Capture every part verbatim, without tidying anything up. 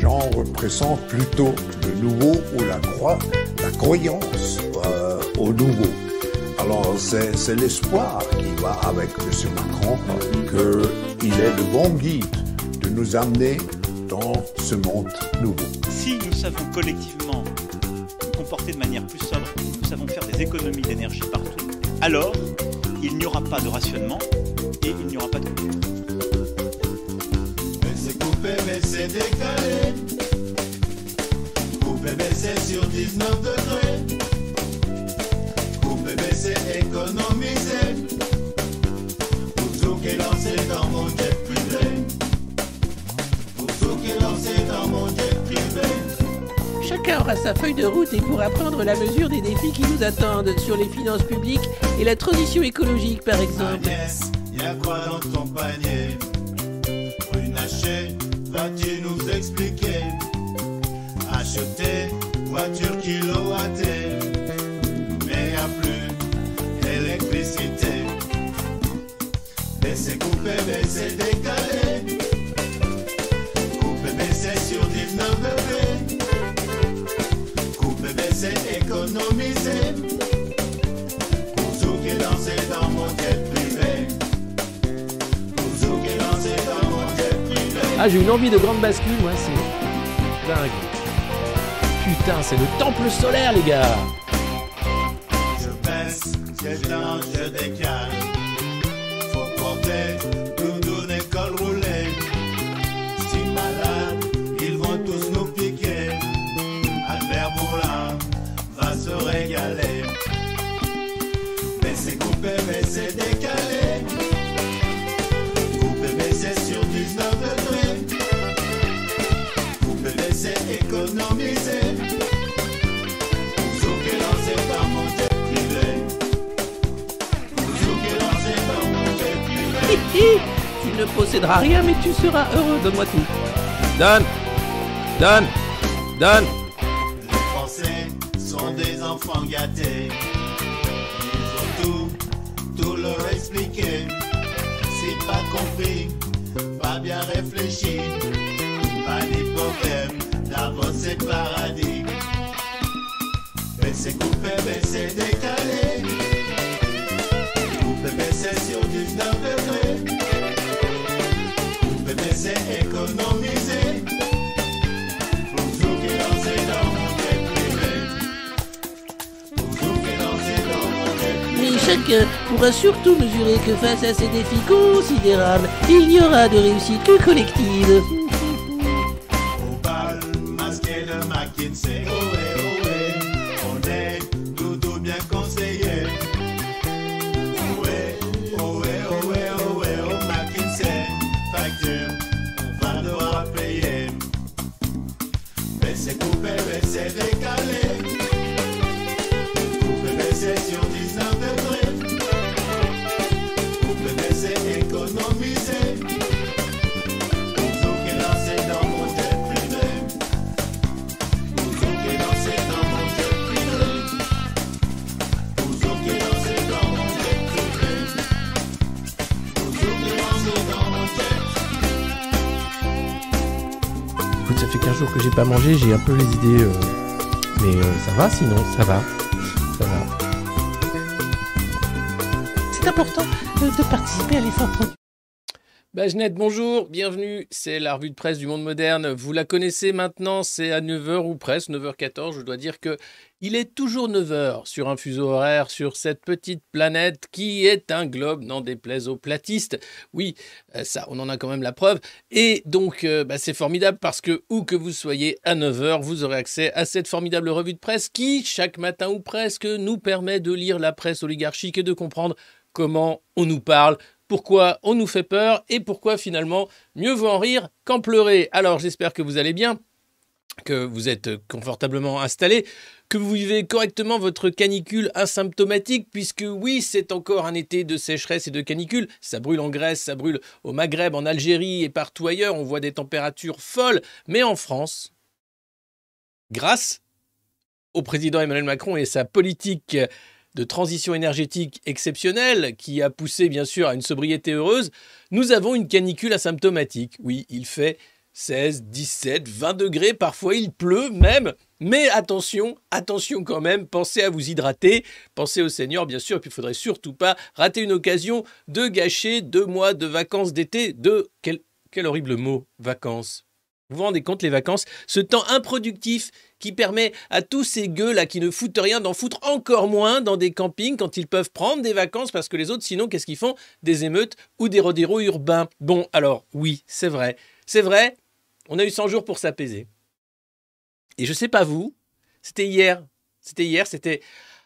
gens représentent plutôt le nouveau ou la, croix, la croyance euh, au nouveau. Alors c'est, c'est l'espoir qui va avec M. Macron, qu'il est le bon guide de nous amener dans ce monde nouveau. Si nous savons collectivement nous comporter de manière plus sobre, nous savons faire des économies d'énergie partout, alors il n'y aura pas de rationnement et il n'y aura pas de coupure. Mais c'est coupé, mais c'est décalé. Coupé, mais c'est sur dix-neuf degrés. Coupé, mais c'est économisé. Pour tout qui est lancé dans mon jet privé. Pour tout qui est lancé dans mon jet privé. Chacun aura sa feuille de route et pourra prendre la mesure des défis qui nous attendent sur les finances publiques et la transition écologique, par exemple. Agnès, y'a quoi dans ton panier? Runacher, vas-tu nous expliquer? Acheter voiture kilowattée, mais y'a plus d'électricité. Baisser, couper, baisser, décaler. Couper, baisser sur dix-neuf degrés. Couper, baisser, économiser. Pour tout qui est lancé dans mon jet privé. Pour tout qui est lancé dans mon jet privé. Ah, j'ai une envie de grande bascule, moi, c'est dingue. Putain, c'est le temple solaire, les gars. Je baisse, j'éteins, je décale. Faut porter doudoune et col roulé. Si malade, ils vont tous nous piquer. Albert Moulin va se régaler. Baisser, couper, baisser, décaler. Couper, baisser sur dix-neuf degrés. Couper, baisser, économiser. Pour qui est lancé dans mon jet privé. Pour qui est lancé dans mon jet privé. Hi, hi. Tu ne posséderas rien, mais tu seras heureux. Donne-moi tout. Donne. Donne. Donne. Les Français sont des enfants gâtés. Ils ont tout, tout leur expliqué. Si pas compris, pas bien réfléchi. Pas d'hypothèse, d'abord c'est paradis. Baisser, couper, baisser, décaler. Couper, baisser sur dix-neuf degrés. Couper, baisser, économiser. Pour tout qui est lancé dans mon jet privé. Pour tout qui est lancé dans mon jet privé. Mais chacun pourra surtout mesurer que face à ces défis considérables, il y aura de réussite que collective. Au bal, masqué de McKinsey. Ohé, ohé, on est doudou bien conseillé. Ohé, ohé, ohé, ohé, oh McKinsey. Facture, on va devoir payer. Baisser, couper, baisser, décaler. Couper, baisser sur dix-neuf degrés. Couper, baisser, économiser. Pour tout qui est lancé dans mon jet privé. Pour tout qui est lancé dans mon jet privé. Pour tout qui est lancé dans mon jet privé. Pour tout qui est lancé dans mon jet. Écoute, ça fait quinze jours que j'ai pas mangé, j'ai un peu les idées. euh, Mais euh, ça va sinon, ça va. Ça va. C'est important de, de participer à l'effort produit. Bagenette, bonjour, bienvenue, c'est la revue de presse du monde moderne. Vous la connaissez maintenant, c'est à neuf heures ou presque, neuf heures quatorze. Je dois dire que il est toujours neuf heures sur un fuseau horaire sur cette petite planète qui est un globe, n'en déplaise aux platistes. Oui, euh, ça, on en a quand même la preuve. Et donc, euh, bah, c'est formidable parce que où que vous soyez à neuf heures, vous aurez accès à cette formidable revue de presse qui, chaque matin ou presque, nous permet de lire la presse oligarchique et de comprendre comment on nous parle, pourquoi on nous fait peur et pourquoi finalement mieux vaut en rire qu'en pleurer. Alors j'espère que vous allez bien, que vous êtes confortablement installés, que vous vivez correctement votre canicule asymptomatique, puisque oui, c'est encore un été de sécheresse et de canicule. Ça brûle en Grèce, ça brûle au Maghreb, en Algérie et partout ailleurs. On voit des températures folles. Mais en France, grâce au président Emmanuel Macron et sa politique de transition énergétique exceptionnelle qui a poussé bien sûr à une sobriété heureuse, nous avons une canicule asymptomatique. Oui, il fait seize, dix-sept, vingt degrés, parfois il pleut même. Mais attention, attention quand même, pensez à vous hydrater, pensez aux seniors bien sûr, et puis il ne faudrait surtout pas rater une occasion de gâcher deux mois de vacances d'été, de... Quel, quel horrible mot, vacances. Vous vous rendez compte, les vacances, ce temps improductif qui permet à tous ces gueux-là qui ne foutent rien d'en foutre encore moins dans des campings quand ils peuvent prendre des vacances parce que les autres, sinon, qu'est-ce qu'ils font? Des émeutes ou des rodéos urbains. Bon, alors, oui, c'est vrai. C'est vrai, on a eu cent jours pour s'apaiser. Et je sais pas vous, c'était hier. C'était hier, c'était...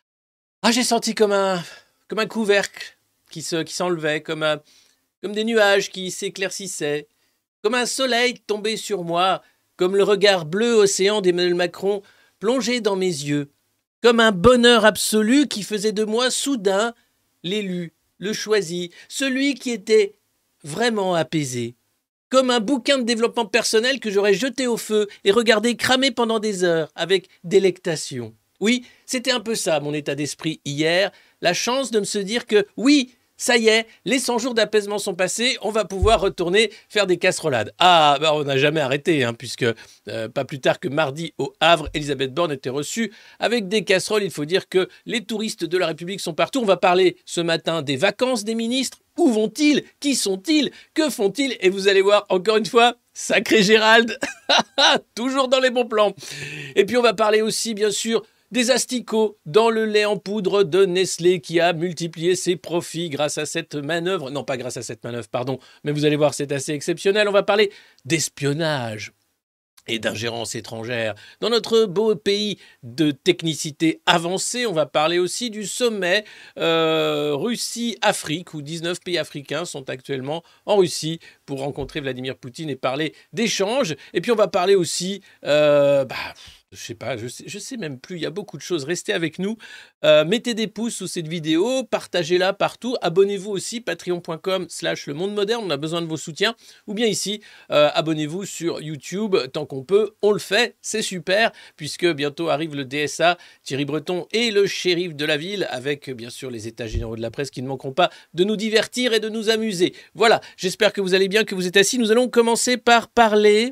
Ah, j'ai senti comme un, comme un couvercle qui se, qui s'enlevait, comme, un, comme des nuages qui s'éclaircissaient. Comme un soleil tombé sur moi, comme le regard bleu océan d'Emmanuel Macron plongé dans mes yeux, comme un bonheur absolu qui faisait de moi soudain l'élu, le choisi, celui qui était vraiment apaisé, comme un bouquin de développement personnel que j'aurais jeté au feu et regardé cramer pendant des heures avec délectation. Oui, c'était un peu ça mon état d'esprit hier, la chance de me se dire que oui, ça y est, les cent jours d'apaisement sont passés, on va pouvoir retourner faire des casserolades. Ah, bah on n'a jamais arrêté, hein, puisque euh, pas plus tard que mardi au Havre, Elisabeth Borne était reçue avec des casseroles. Il faut dire que les touristes de la République sont partout. On va parler ce matin des vacances des ministres. Où vont-ils? Qui sont-ils? Que font-ils? Et vous allez voir, encore une fois, sacré Gérald, toujours dans les bons plans. Et puis on va parler aussi, bien sûr, des asticots dans le lait en poudre de Nestlé qui a multiplié ses profits grâce à cette manœuvre. Non, pas grâce à cette manœuvre, pardon, mais vous allez voir, c'est assez exceptionnel. On va parler d'espionnage et d'ingérence étrangère dans notre beau pays de technicité avancée. On va parler aussi du sommet euh, Russie-Afrique, où dix-neuf pays africains sont actuellement en Russie pour rencontrer Vladimir Poutine et parler d'échanges. Et puis on va parler aussi... Euh, bah, Je sais pas, je sais, je sais même plus, il y a beaucoup de choses. Restez avec nous, euh, mettez des pouces sous cette vidéo, partagez-la partout, abonnez-vous aussi, patreon.com slash le monde moderne, on a besoin de vos soutiens, ou bien ici, euh, abonnez-vous sur YouTube, tant qu'on peut, on le fait, c'est super, puisque bientôt arrive le D S A, Thierry Breton et le shérif de la ville, avec bien sûr les états généraux de la presse qui ne manqueront pas de nous divertir et de nous amuser. Voilà, j'espère que vous allez bien, que vous êtes assis, nous allons commencer par parler...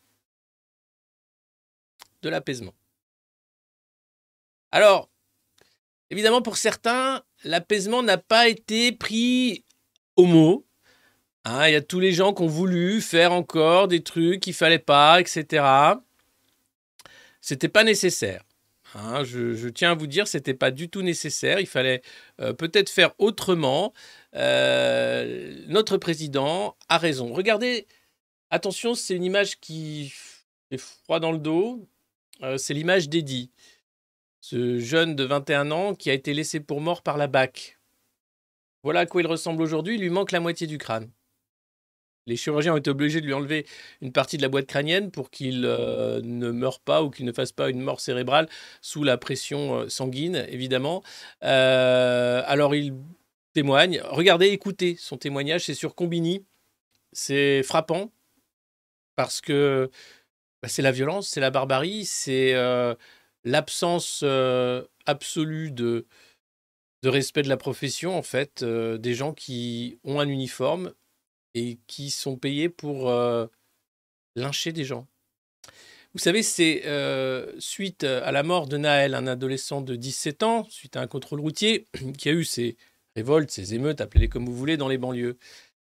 de l'apaisement. Alors, évidemment, pour certains, l'apaisement n'a pas été pris au mot. Hein, il y a tous les gens qui ont voulu faire encore des trucs qu'il ne fallait pas, et cetera. C'était pas nécessaire. Hein, je, je tiens à vous dire, c'était pas du tout nécessaire. Il fallait euh, peut-être faire autrement. Euh, notre président a raison. Regardez, attention, c'est une image qui fait froid dans le dos. Euh, c'est l'image d'Eddy, ce jeune de vingt et un ans qui a été laissé pour mort par la B A C. Voilà à quoi il ressemble aujourd'hui, il lui manque la moitié du crâne. Les chirurgiens ont été obligés de lui enlever une partie de la boîte crânienne pour qu'il euh, ne meure pas ou qu'il ne fasse pas une mort cérébrale sous la pression euh, sanguine, évidemment. Euh, alors il témoigne, regardez, écoutez son témoignage, c'est sur Combini, c'est frappant parce que bah, c'est la violence, c'est la barbarie, c'est euh, l'absence euh, absolue de, de respect de la profession, en fait, euh, des gens qui ont un uniforme et qui sont payés pour euh, lyncher des gens. Vous savez, c'est euh, suite à la mort de Naël, un adolescent de dix-sept ans, suite à un contrôle routier, qui a eu ces révoltes, ces émeutes, appelez-les comme vous voulez, dans les banlieues.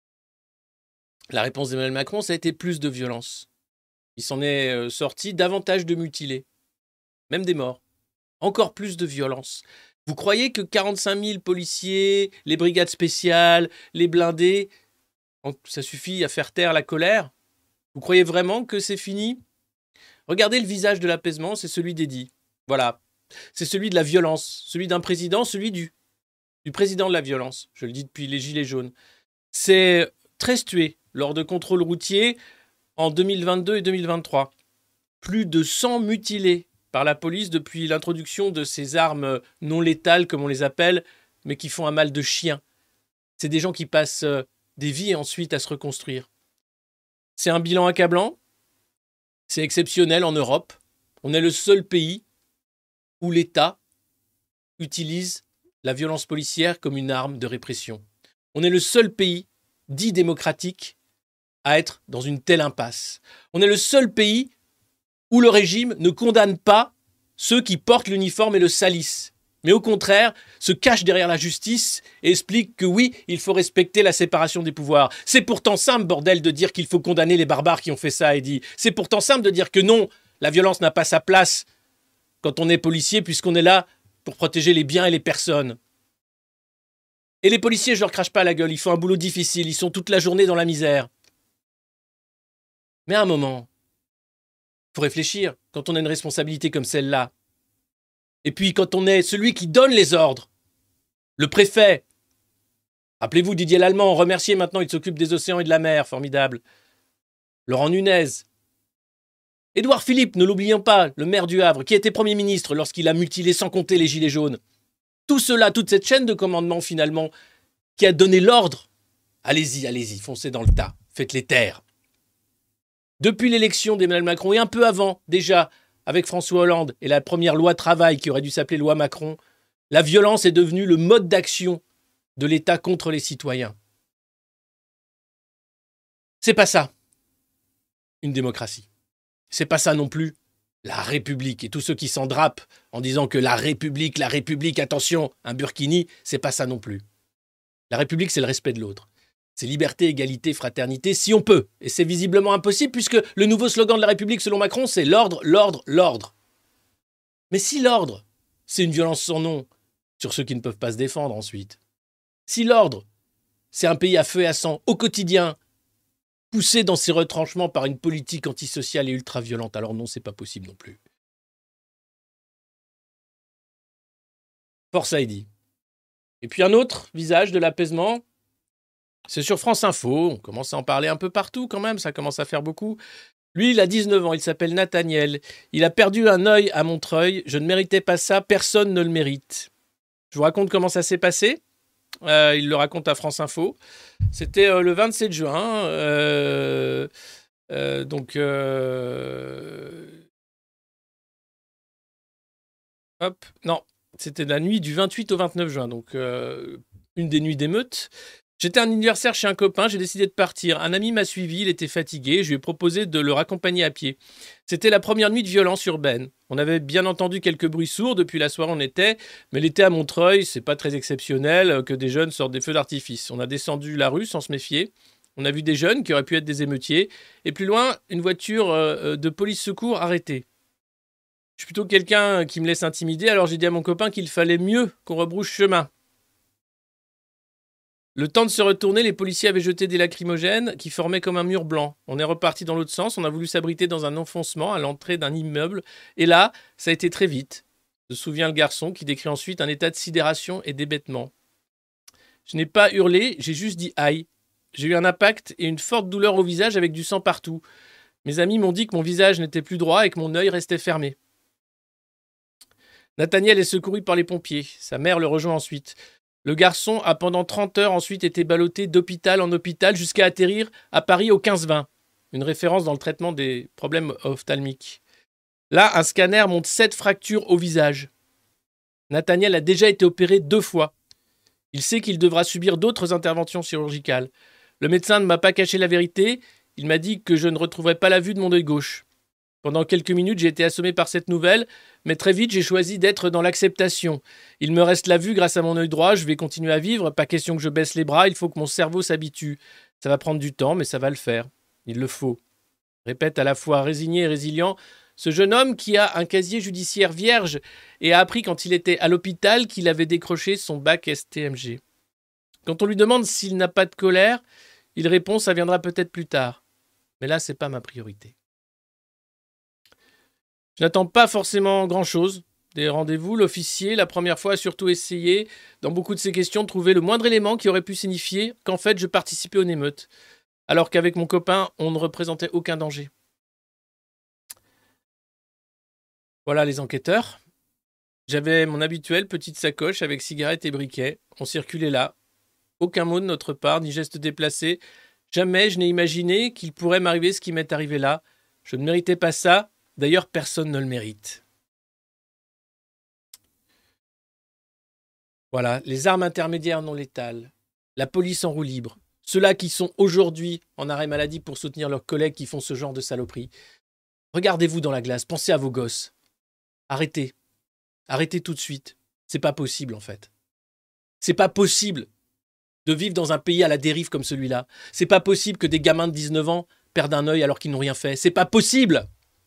La réponse d'Emmanuel Macron, ça a été plus de violence. Il s'en est sorti davantage de mutilés, même des morts. Encore plus de violence. Vous croyez que quarante-cinq mille policiers, les brigades spéciales, les blindés, ça suffit à faire taire la colère? Vous croyez vraiment que c'est fini? Regardez le visage de l'apaisement, c'est celui d'Eddy. Voilà. C'est celui de la violence, celui d'un président, celui du, du président de la violence. Je le dis depuis les Gilets jaunes. C'est treize tués lors de contrôles routiers en deux mille vingt-deux et deux mille vingt-trois. Plus de cent mutilés par la police depuis l'introduction de ces armes non létales, comme on les appelle, mais qui font un mal de chien. C'est des gens qui passent des vies ensuite à se reconstruire. C'est un bilan accablant. C'est exceptionnel en Europe. On est le seul pays où l'État utilise la violence policière comme une arme de répression. On est le seul pays dit démocratique à être dans une telle impasse. On est le seul pays où le régime ne condamne pas ceux qui portent l'uniforme et le salissent, mais au contraire se cache derrière la justice et explique que oui, il faut respecter la séparation des pouvoirs. C'est pourtant simple, bordel, de dire qu'il faut condamner les barbares qui ont fait ça, Eddy. C'est pourtant simple de dire que non, la violence n'a pas sa place quand on est policier, puisqu'on est là pour protéger les biens et les personnes. Et les policiers, je leur crache pas à la gueule, ils font un boulot difficile, ils sont toute la journée dans la misère. Mais à un moment, il faut réfléchir quand on a une responsabilité comme celle-là. Et puis quand on est celui qui donne les ordres, le préfet. Rappelez-vous Didier Lallemand, remercié maintenant, il s'occupe des océans et de la mer, formidable. Laurent Nunez. Édouard Philippe, ne l'oublions pas, le maire du Havre, qui était Premier ministre lorsqu'il a mutilé sans compter les gilets jaunes. Tout cela, toute cette chaîne de commandement finalement, qui a donné l'ordre. Allez-y, allez-y, foncez dans le tas, faites-les taire. Depuis l'élection d'Emmanuel Macron, et un peu avant, déjà, avec François Hollande et la première loi travail qui aurait dû s'appeler loi Macron, la violence est devenue le mode d'action de l'État contre les citoyens. C'est pas ça, une démocratie. C'est pas ça non plus, la République. Et tous ceux qui s'en drapent en disant que la République, la République, attention, un burkini, c'est pas ça non plus. La République, c'est le respect de l'autre. C'est liberté, égalité, fraternité, si on peut. Et c'est visiblement impossible puisque le nouveau slogan de la République, selon Macron, c'est l'ordre, l'ordre, l'ordre. Mais si l'ordre, c'est une violence sans nom sur ceux qui ne peuvent pas se défendre ensuite, si l'ordre, c'est un pays à feu et à sang au quotidien, poussé dans ses retranchements par une politique antisociale et ultra-violente, alors non, c'est pas possible non plus. Force a dit. Et puis un autre visage de l'apaisement, c'est sur France Info, on commence à en parler un peu partout quand même, ça commence à faire beaucoup. Lui, il a dix-neuf ans, il s'appelle Nathaniel. Il a perdu un œil à Montreuil, je ne méritais pas ça, personne ne le mérite. Je vous raconte comment ça s'est passé. Euh, il le raconte à France Info. C'était euh, le vingt-sept juin. Euh, euh, donc, euh... hop, non, c'était la nuit du vingt-huit au vingt-neuf juin. Donc, euh, une des nuits d'émeute. J'étais à un anniversaire chez un copain, j'ai décidé de partir. Un ami m'a suivi, il était fatigué, je lui ai proposé de le raccompagner à pied. C'était la première nuit de violence urbaine. On avait bien entendu quelques bruits sourds depuis la soirée où on était, mais l'été à Montreuil, c'est pas très exceptionnel que des jeunes sortent des feux d'artifice. On a descendu la rue sans se méfier. On a vu des jeunes qui auraient pu être des émeutiers. Et plus loin, une voiture de police secours arrêtée. Je suis plutôt quelqu'un qui me laisse intimider, alors j'ai dit à mon copain qu'il fallait mieux qu'on rebrousse chemin. Le temps de se retourner, les policiers avaient jeté des lacrymogènes qui formaient comme un mur blanc. On est reparti dans l'autre sens, on a voulu s'abriter dans un enfoncement à l'entrée d'un immeuble. Et là, ça a été très vite. Se souvient le garçon qui décrit ensuite un état de sidération et d'hébétement. Je n'ai pas hurlé, j'ai juste dit « aïe ». J'ai eu un impact et une forte douleur au visage avec du sang partout. Mes amis m'ont dit que mon visage n'était plus droit et que mon œil restait fermé. Nathaniel est secouru par les pompiers. Sa mère le rejoint ensuite. Le garçon a pendant trente heures ensuite été ballotté d'hôpital en hôpital jusqu'à atterrir à Paris au quinze vingt. Une référence dans le traitement des problèmes ophtalmiques. Là, un scanner montre sept fractures au visage. Nathaniel a déjà été opéré deux fois. Il sait qu'il devra subir d'autres interventions chirurgicales. Le médecin ne m'a pas caché la vérité. Il m'a dit que je ne retrouverais pas la vue de mon œil gauche. Pendant quelques minutes, j'ai été assommé par cette nouvelle, mais très vite, j'ai choisi d'être dans l'acceptation. Il me reste la vue grâce à mon œil droit, je vais continuer à vivre, pas question que je baisse les bras, il faut que mon cerveau s'habitue. Ça va prendre du temps, mais ça va le faire. Il le faut. Répète à la fois résigné et résilient, ce jeune homme qui a un casier judiciaire vierge et a appris quand il était à l'hôpital qu'il avait décroché son bac S T M G. Quand on lui demande s'il n'a pas de colère, il répond « ça viendra peut-être plus tard ». Mais là, c'est pas ma priorité. Je n'attends pas forcément grand-chose des rendez-vous. L'officier, la première fois, a surtout essayé, dans beaucoup de ces questions, de trouver le moindre élément qui aurait pu signifier qu'en fait, je participais aux émeutes, alors qu'avec mon copain, on ne représentait aucun danger. Voilà les enquêteurs. J'avais mon habituelle petite sacoche avec cigarettes et briquets. On circulait là. Aucun mot de notre part, ni geste déplacé. Jamais je n'ai imaginé qu'il pourrait m'arriver ce qui m'est arrivé là. Je ne méritais pas ça. D'ailleurs, personne ne le mérite. Voilà, les armes intermédiaires non létales, la police en roue libre. ceux-là qui sont aujourd'hui en arrêt maladie pour soutenir leurs collègues qui font ce genre de saloperie. Regardez-vous dans la glace, pensez à vos gosses. Arrêtez. Arrêtez tout de suite. C'est pas possible, en fait. C'est pas possible de vivre dans un pays à la dérive comme celui-là. C'est pas possible que des gamins de dix-neuf ans perdent un œil alors qu'ils n'ont rien fait. C'est pas possible.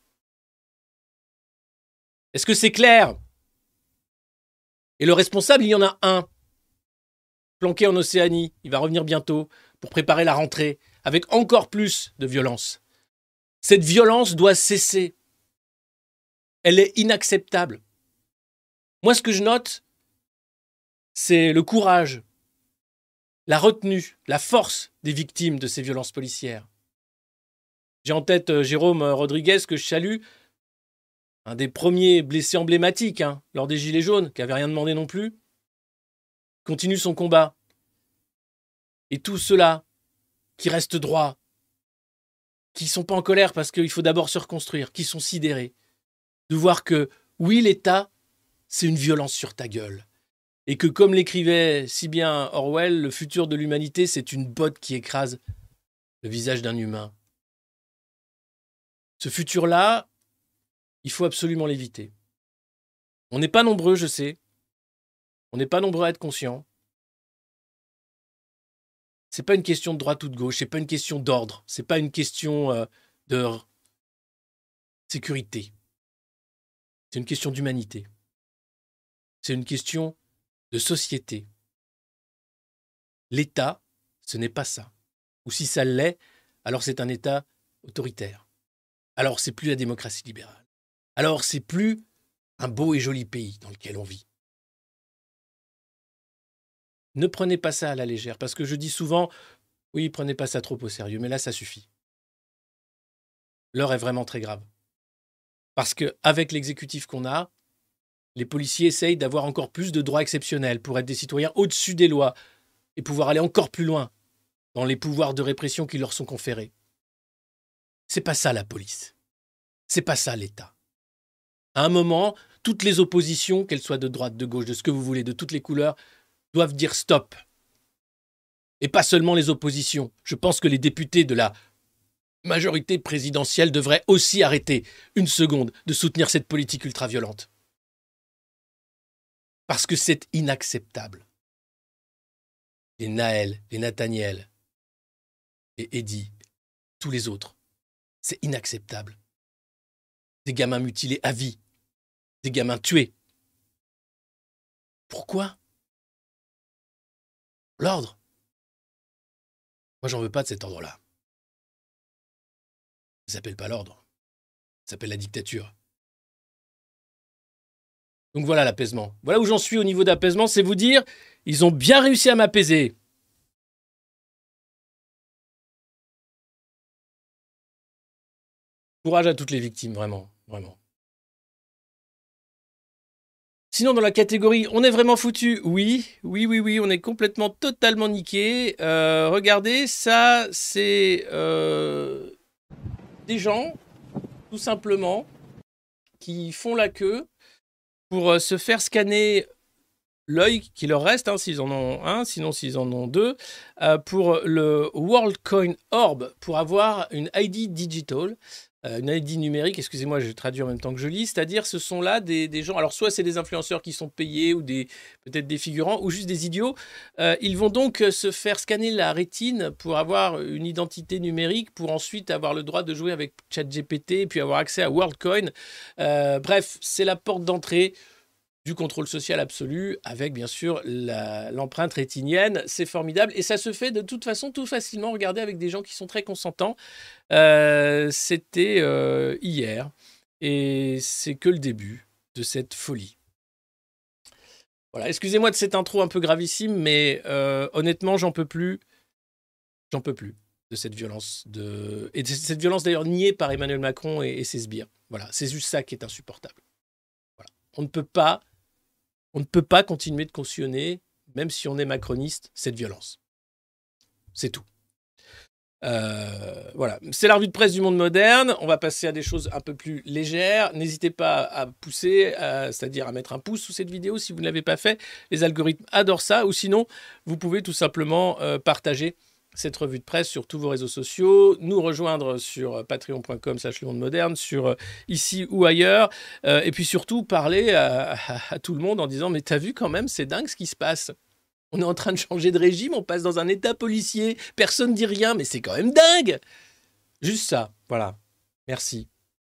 Est-ce que c'est clair? Et le responsable, il y en a un. Planqué en Océanie. Il va revenir bientôt pour préparer la rentrée avec encore plus de violence. Cette violence doit cesser. Elle est inacceptable. Moi, ce que je note, c'est le courage, la retenue, la force des victimes de ces violences policières. J'ai en tête euh, Jérôme Rodriguez, que je salue, un des premiers blessés emblématiques hein, lors des Gilets jaunes, qui n'avait rien demandé non plus, continue son combat. Et tous ceux-là qui restent droits, qui ne sont pas en colère parce qu'il faut d'abord se reconstruire, qui sont sidérés, de voir que, oui, l'État, c'est une violence sur ta gueule. Et que, comme l'écrivait si bien Orwell, le futur de l'humanité, c'est une botte qui écrase le visage d'un humain. Ce futur-là, il faut absolument l'éviter. On n'est pas nombreux, je sais. On n'est pas nombreux à être conscients. C'est pas une question de droite ou de gauche, c'est pas une question d'ordre, c'est pas une question euh, de sécurité. C'est une question d'humanité. C'est une question de société. L'État, ce n'est pas ça. Ou si ça l'est, alors c'est un État autoritaire. Alors c'est plus la démocratie libérale. Alors c'est plus un beau et joli pays dans lequel on vit. Ne prenez pas ça à la légère, parce que je dis souvent, oui, prenez pas ça trop au sérieux, mais là, ça suffit. L'heure est vraiment très grave. Parce qu'avec l'exécutif qu'on a, les policiers essayent d'avoir encore plus de droits exceptionnels pour être des citoyens au-dessus des lois et pouvoir aller encore plus loin dans les pouvoirs de répression qui leur sont conférés. C'est pas ça la police. C'est pas ça l'État. À un moment, toutes les oppositions, qu'elles soient de droite, de gauche, de ce que vous voulez, de toutes les couleurs, doivent dire stop. Et pas seulement les oppositions. Je pense que les députés de la majorité présidentielle devraient aussi arrêter une seconde de soutenir cette politique ultra-violente. Parce que c'est inacceptable. Les Naël, les Nathaniel, les Eddy, tous les autres, c'est inacceptable. Des gamins mutilés à vie, des gamins tués. Pourquoi ? L'ordre. Moi, j'en veux pas de cet ordre-là. Ça s'appelle pas l'ordre. Ça s'appelle la dictature. Donc voilà l'apaisement. Voilà où j'en suis au niveau d'apaisement, c'est vous dire, ils ont bien réussi à m'apaiser. Courage à toutes les victimes, vraiment, vraiment. Sinon, dans la catégorie « on est vraiment foutu », oui, oui, oui, oui, on est complètement, totalement niqué. Euh, regardez, ça, c'est euh, des gens, tout simplement, qui font la queue pour euh, se faire scanner l'œil qui leur reste, hein, s'ils en ont un, sinon s'ils en ont deux, euh, pour le WorldCoin Orb, pour avoir une I D digital. Euh, une I D numérique, excusez-moi, je traduis en même temps que je lis, c'est-à-dire ce sont là des, des gens, alors soit c'est des influenceurs qui sont payés ou des peut-être des figurants ou juste des idiots, euh, ils vont donc se faire scanner la rétine pour avoir une identité numérique, pour ensuite avoir le droit de jouer avec ChatGPT, puis avoir accès à WorldCoin. Euh, bref, c'est la porte d'entrée du contrôle social absolu, avec bien sûr la, l'empreinte rétinienne. C'est formidable et ça se fait de toute façon tout facilement. Regardez, avec des gens qui sont très consentants. Euh, c'était euh, hier et c'est que le début de cette folie. Voilà, excusez-moi de cette intro un peu gravissime, mais euh, honnêtement, j'en peux plus. J'en peux plus de cette violence. De... Et de cette violence d'ailleurs niée par Emmanuel Macron et, et ses sbires. Voilà, c'est juste ça qui est insupportable. Voilà. On ne peut pas On ne peut pas continuer de cautionner, même si on est macroniste, cette violence. C'est tout. Euh, voilà. C'est la revue de presse du monde moderne. On va passer à des choses un peu plus légères. N'hésitez pas à pousser, à, c'est-à-dire à mettre un pouce sous cette vidéo si vous ne l'avez pas fait. Les algorithmes adorent ça. Ou sinon, vous pouvez tout simplement euh, partager cette revue de presse sur tous vos réseaux sociaux, nous rejoindre sur patreon point com slash le monde moderne, sur euh, ici ou ailleurs, euh, et puis surtout parler à, à, à tout le monde en disant « Mais t'as vu quand même, c'est dingue ce qui se passe. On est en train de changer de régime, on passe dans un état policier, personne ne dit rien, mais c'est quand même dingue !» Juste ça, voilà. Merci.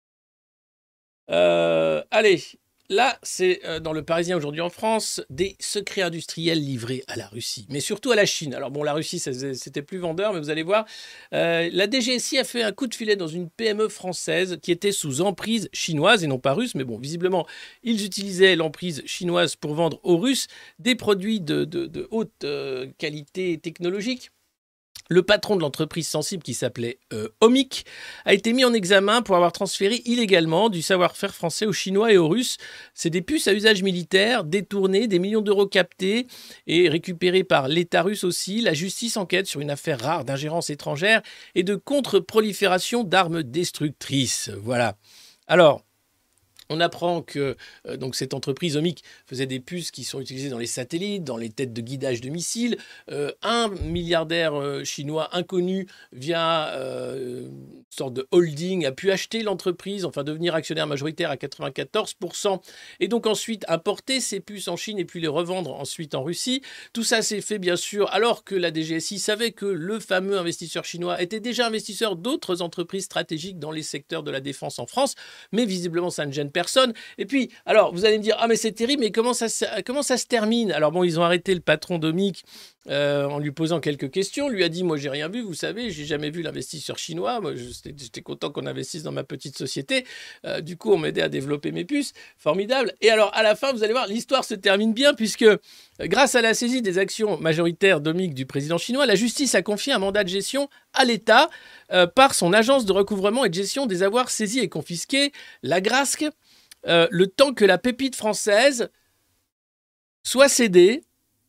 Euh, allez, là, c'est euh, dans le Parisien aujourd'hui en France, des secrets industriels livrés à la Russie, mais surtout à la Chine. Alors bon, la Russie, ça, c'était plus vendeur, mais vous allez voir, euh, la D G S I a fait un coup de filet dans une P M E française qui était sous emprise chinoise et non pas russe, mais bon, visiblement, ils utilisaient l'emprise chinoise pour vendre aux Russes des produits de, de, de haute euh, qualité technologique. Le patron de l'entreprise sensible, qui s'appelait euh, Omic, a été mis en examen pour avoir transféré illégalement du savoir-faire français aux Chinois et aux Russes. C'est des puces à usage militaire, détournées, des millions d'euros captés et récupérés par l'État russe aussi. La justice enquête sur une affaire rare d'ingérence étrangère et de contre-prolifération d'armes destructrices. Voilà. Alors, on apprend que euh, donc cette entreprise Omic faisait des puces qui sont utilisées dans les satellites, dans les têtes de guidage de missiles. Euh, un milliardaire euh, chinois inconnu via euh, une sorte de holding a pu acheter l'entreprise, enfin devenir actionnaire majoritaire à quatre-vingt-quatorze pour cent et donc ensuite importer ces puces en Chine et puis les revendre ensuite en Russie. Tout ça s'est fait bien sûr alors que la D G S I savait que le fameux investisseur chinois était déjà investisseur d'autres entreprises stratégiques dans les secteurs de la défense en France, mais visiblement ça ne gêne personne. Personne. Et puis, alors, vous allez me dire, ah mais c'est terrible, mais comment ça, comment ça se termine? Alors bon, ils ont arrêté le patron d'Omic euh, en lui posant quelques questions. Lui a dit, moi j'ai rien vu, vous savez, j'ai jamais vu l'investisseur chinois. Moi, j'étais content qu'on investisse dans ma petite société. Euh, du coup, on m'aidait à développer mes puces. Formidable. Et alors, à la fin, vous allez voir, l'histoire se termine bien puisque, grâce à la saisie des actions majoritaires d'Omic du président chinois, la justice a confié un mandat de gestion à l'État euh, par son agence de recouvrement et de gestion des avoirs saisis et confisqués, l'Agrasc. Euh, le temps que la pépite française soit cédée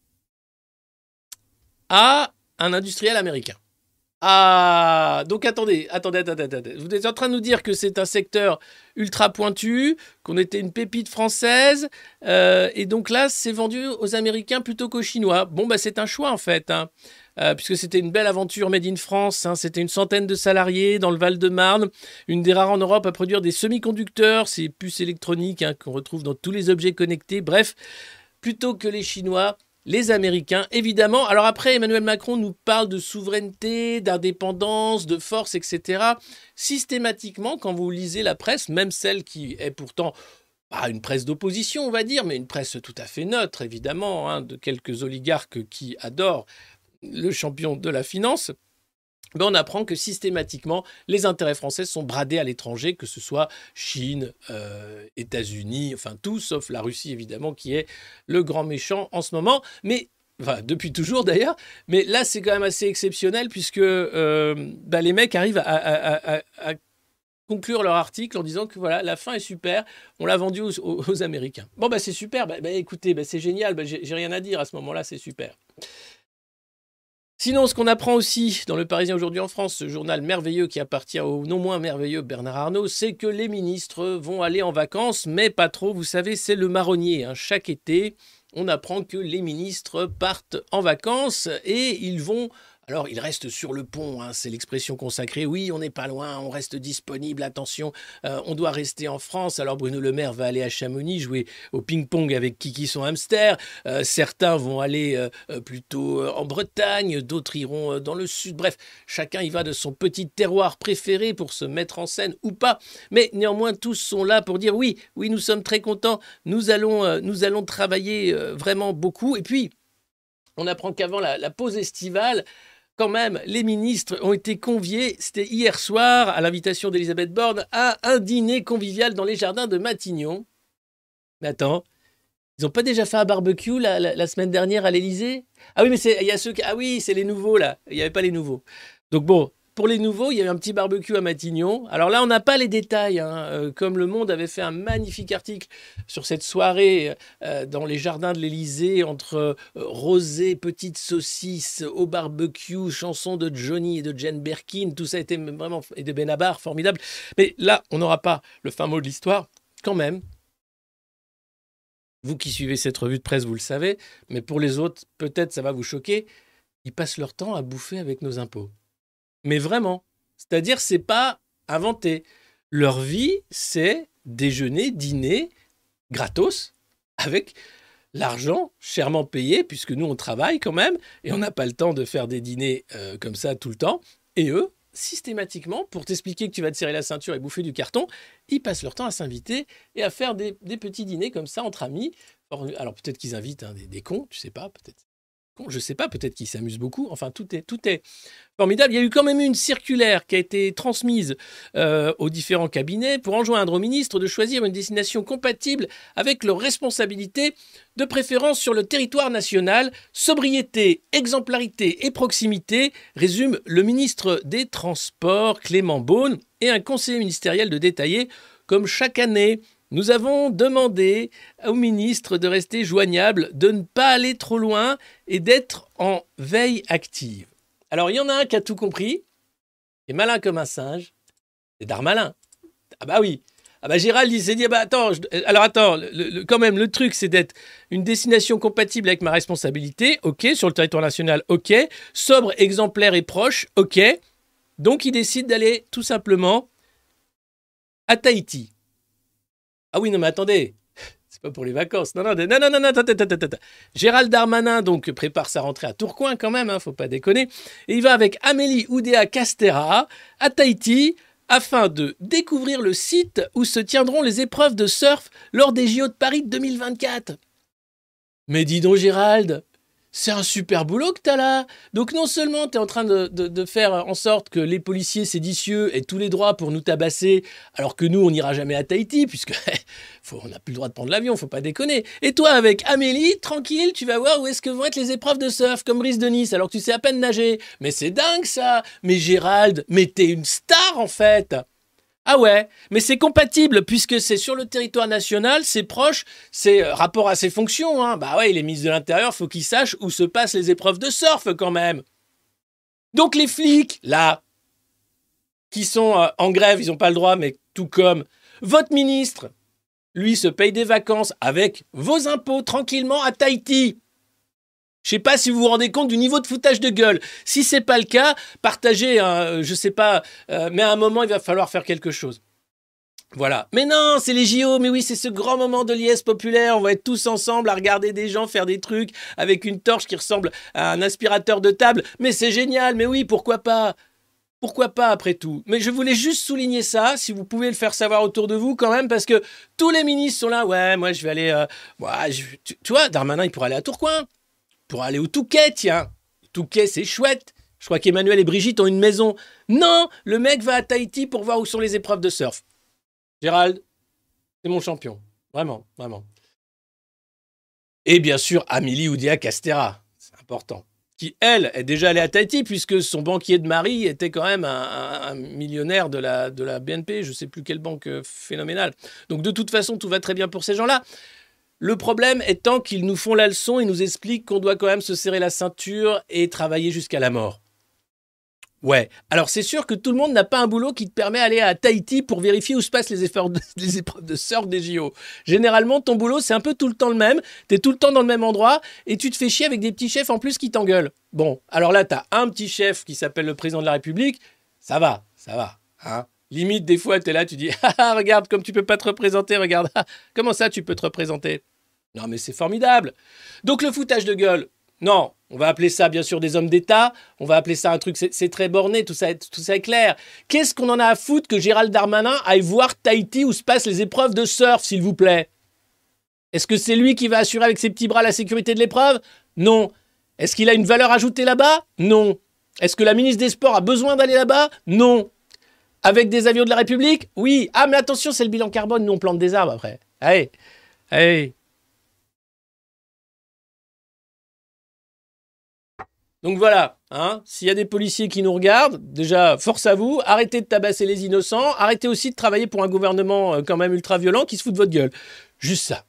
à un industriel américain. Ah, donc attendez, attendez, attendez, attendez. Vous êtes en train de nous dire que c'est un secteur ultra pointu, qu'on était une pépite française, euh, et donc là, c'est vendu aux Américains plutôt qu'aux Chinois. Bon, bah c'est un choix en fait, hein. Euh, puisque c'était une belle aventure made in France, hein, c'était une centaine de salariés dans le Val-de-Marne, une des rares en Europe à produire des semi-conducteurs, ces puces électroniques hein, qu'on retrouve dans tous les objets connectés, bref, plutôt que les Chinois, les Américains, évidemment. Alors après, Emmanuel Macron nous parle de souveraineté, d'indépendance, de force, et cetera. Systématiquement, quand vous lisez la presse, même celle qui est pourtant pas une presse d'opposition, on va dire, mais une presse tout à fait neutre, évidemment, hein, de quelques oligarques qui adorent le champion de la finance, ben on apprend que systématiquement, les intérêts français sont bradés à l'étranger, que ce soit Chine, euh, États-Unis, enfin tout, sauf la Russie, évidemment, qui est le grand méchant en ce moment. Mais, enfin, depuis toujours d'ailleurs, mais là, c'est quand même assez exceptionnel, puisque euh, ben, les mecs arrivent à, à, à, à conclure leur article en disant que voilà, la fin est super, on l'a vendu aux, aux, aux Américains. Bon, ben c'est super, ben, ben, écoutez, ben, c'est génial, ben, j'ai, j'ai rien à dire à ce moment-là, c'est super. Sinon, ce qu'on apprend aussi dans le Parisien aujourd'hui en France, ce journal merveilleux qui appartient au non moins merveilleux Bernard Arnault, c'est que les ministres vont aller en vacances, mais pas trop. Vous savez, c'est le marronnier. Hein. Chaque été, on apprend que les ministres partent en vacances et ils vont... Alors, il reste sur le pont, hein, c'est l'expression consacrée. Oui, on n'est pas loin, on reste disponible, attention, euh, on doit rester en France. Alors, Bruno Le Maire va aller à Chamonix jouer au ping-pong avec Kiki son hamster. Euh, certains vont aller euh, plutôt en Bretagne, d'autres iront dans le sud. Bref, chacun y va de son petit terroir préféré pour se mettre en scène ou pas. Mais néanmoins, tous sont là pour dire oui, oui, nous sommes très contents, nous allons, euh, nous allons travailler euh, vraiment beaucoup. Et puis, on apprend qu'avant la, la pause estivale, quand même, les ministres ont été conviés, c'était hier soir, à l'invitation d'Elisabeth Borne, à un dîner convivial dans les jardins de Matignon. Mais attends, ils n'ont pas déjà fait un barbecue la, la, la semaine dernière à l'Élysée? Ah oui, mais il y a ceux qui... Ah oui, c'est les nouveaux, là. Il n'y avait pas les nouveaux. Donc bon, pour les nouveaux, il y avait un petit barbecue à Matignon. Alors là, on n'a pas les détails, hein. Euh, comme Le Monde avait fait un magnifique article sur cette soirée euh, dans les jardins de l'Élysée, entre euh, rosé, petites saucisses, au barbecue, chansons de Johnny et de Jane Birkin, tout ça était vraiment... et de Benabar, formidable. Mais là, on n'aura pas le fin mot de l'histoire, quand même. Vous qui suivez cette revue de presse, vous le savez, mais pour les autres, peut-être ça va vous choquer. ils passent leur temps à bouffer avec nos impôts. Mais vraiment. C'est-à-dire, c'est pas inventé. Leur vie, c'est déjeuner, dîner, gratos, avec l'argent chèrement payé, puisque nous, on travaille quand même, et on n'a pas le temps de faire des dîners euh, comme ça tout le temps. Et eux, systématiquement, pour t'expliquer que tu vas te serrer la ceinture et bouffer du carton, ils passent leur temps à s'inviter et à faire des, des petits dîners comme ça entre amis. Alors peut-être qu'ils invitent hein, des, des cons, tu sais pas, peut-être. Je sais pas, peut-être qu'ils s'amusent beaucoup. Enfin, tout est, tout est formidable. Il y a eu quand même une circulaire qui a été transmise euh, aux différents cabinets pour enjoindre aux ministres de choisir une destination compatible avec leurs responsabilités, de préférence sur le territoire national. Sobriété, exemplarité et proximité, résume le ministre des Transports, Clément Beaune, et un conseiller ministériel de détailler, comme chaque année. Nous avons demandé au ministre de rester joignable, de ne pas aller trop loin et d'être en veille active. Alors, il y en a un qui a tout compris, et malin comme un singe, c'est Darmanin. Ah bah oui. Ah bah Gérald, il s'est dit, ah bah attends, je... alors attends, le, le, quand même, le truc, c'est d'être une destination compatible avec ma responsabilité, ok, sur le territoire national, ok, sobre, exemplaire et proche, ok. Donc, il décide d'aller tout simplement à Tahiti. Ah oui, non, mais attendez, c'est pas pour les vacances. Non, non, non, non, non, non, attends, attends, attends, attends. Gérald Darmanin, donc, prépare sa rentrée à Tourcoing quand même, hein, faut pas déconner. Et il va avec Amélie Oudéa-Castéra à Tahiti afin de découvrir le site où se tiendront les épreuves de surf lors des J O de Paris de deux mille vingt-quatre. Mais dis donc, Gérald, c'est un super boulot que t'as là. Donc non seulement t'es en train de, de, de faire en sorte que les policiers séditieux aient tous les droits pour nous tabasser, alors que nous, on n'ira jamais à Tahiti, puisque faut, on n'a plus le droit de prendre l'avion, faut pas déconner. Et toi, avec Amélie, tranquille, tu vas voir où est-ce que vont être les épreuves de surf, comme Brice de Nice, alors que tu sais à peine nager. Mais c'est dingue ça. Mais Gérald, mais t'es une star en fait. Ah ouais, mais c'est compatible puisque c'est sur le territoire national, c'est proche, c'est euh, rapport à ses fonctions. Hein. Bah ouais, il est ministre de l'Intérieur, faut qu'il sache où se passent les épreuves de surf quand même. Donc les flics, là, qui sont euh, en grève, ils n'ont pas le droit, mais tout comme votre ministre, lui se paye des vacances avec vos impôts tranquillement à Tahiti. Je sais pas si vous vous rendez compte du niveau de foutage de gueule. Si c'est pas le cas, partagez, hein, je sais pas, euh, mais à un moment, il va falloir faire quelque chose. Voilà. Mais non, c'est les J O, mais oui, c'est ce grand moment de liesse populaire. On va être tous ensemble à regarder des gens faire des trucs avec une torche qui ressemble à un aspirateur de table. Mais c'est génial, mais oui, pourquoi pas ? Pourquoi pas après tout ? Mais je voulais juste souligner ça, si vous pouvez le faire savoir autour de vous quand même, parce que tous les ministres sont là. Ouais, moi je vais aller... Euh, ouais, je, tu, tu vois, Darmanin, il pourrait aller à Tourcoing. Pour aller au Touquet, tiens. Touquet, c'est chouette. Je crois qu'Emmanuel et Brigitte ont une maison. Non, le mec va à Tahiti pour voir où sont les épreuves de surf. Gérald, c'est mon champion. Vraiment, vraiment. Et bien sûr, Amélie Oudéa-Castéra. C'est important. Qui, elle, est déjà allée à Tahiti puisque son banquier de mari était quand même un, un, un millionnaire de la, de la B N P. Je ne sais plus quelle banque phénoménale. Donc de toute façon, tout va très bien pour ces gens-là. Le problème étant qu'ils nous font la leçon et nous expliquent qu'on doit quand même se serrer la ceinture et travailler jusqu'à la mort. Ouais, alors c'est sûr que tout le monde n'a pas un boulot qui te permet d'aller à Tahiti pour vérifier où se passent les, efforts de, les épreuves de surf des J O. Généralement, ton boulot, c'est un peu tout le temps le même, t'es tout le temps dans le même endroit et tu te fais chier avec des petits chefs en plus qui t'engueulent. Bon, alors là, t'as un petit chef qui s'appelle le président de la République, ça va, ça va, hein. Limite, des fois, t'es là, tu dis « Ah, regarde, comme tu peux pas te représenter, regarde, ah, comment ça, tu peux te représenter ?» Non, mais c'est formidable. Donc, le foutage de gueule, non, on va appeler ça, bien sûr, des hommes d'État, on va appeler ça un truc, c'est, c'est très borné, tout ça, tout ça est clair. Qu'est-ce qu'on en a à foutre que Gérald Darmanin aille voir Tahiti où se passent les épreuves de surf, s'il vous plaît ? Est-ce que c'est lui qui va assurer avec ses petits bras la sécurité de l'épreuve ? Non. Est-ce qu'il a une valeur ajoutée là-bas ? Non. Est-ce que la ministre des Sports a besoin d'aller là-bas ? Non. Avec des avions de la République ? Oui. Ah, mais attention, c'est le bilan carbone, nous on plante des arbres après. Allez, allez. Donc voilà, hein, s'il y a des policiers qui nous regardent, déjà, force à vous, arrêtez de tabasser les innocents, arrêtez aussi de travailler pour un gouvernement euh, quand même ultra-violent qui se fout de votre gueule. Juste ça.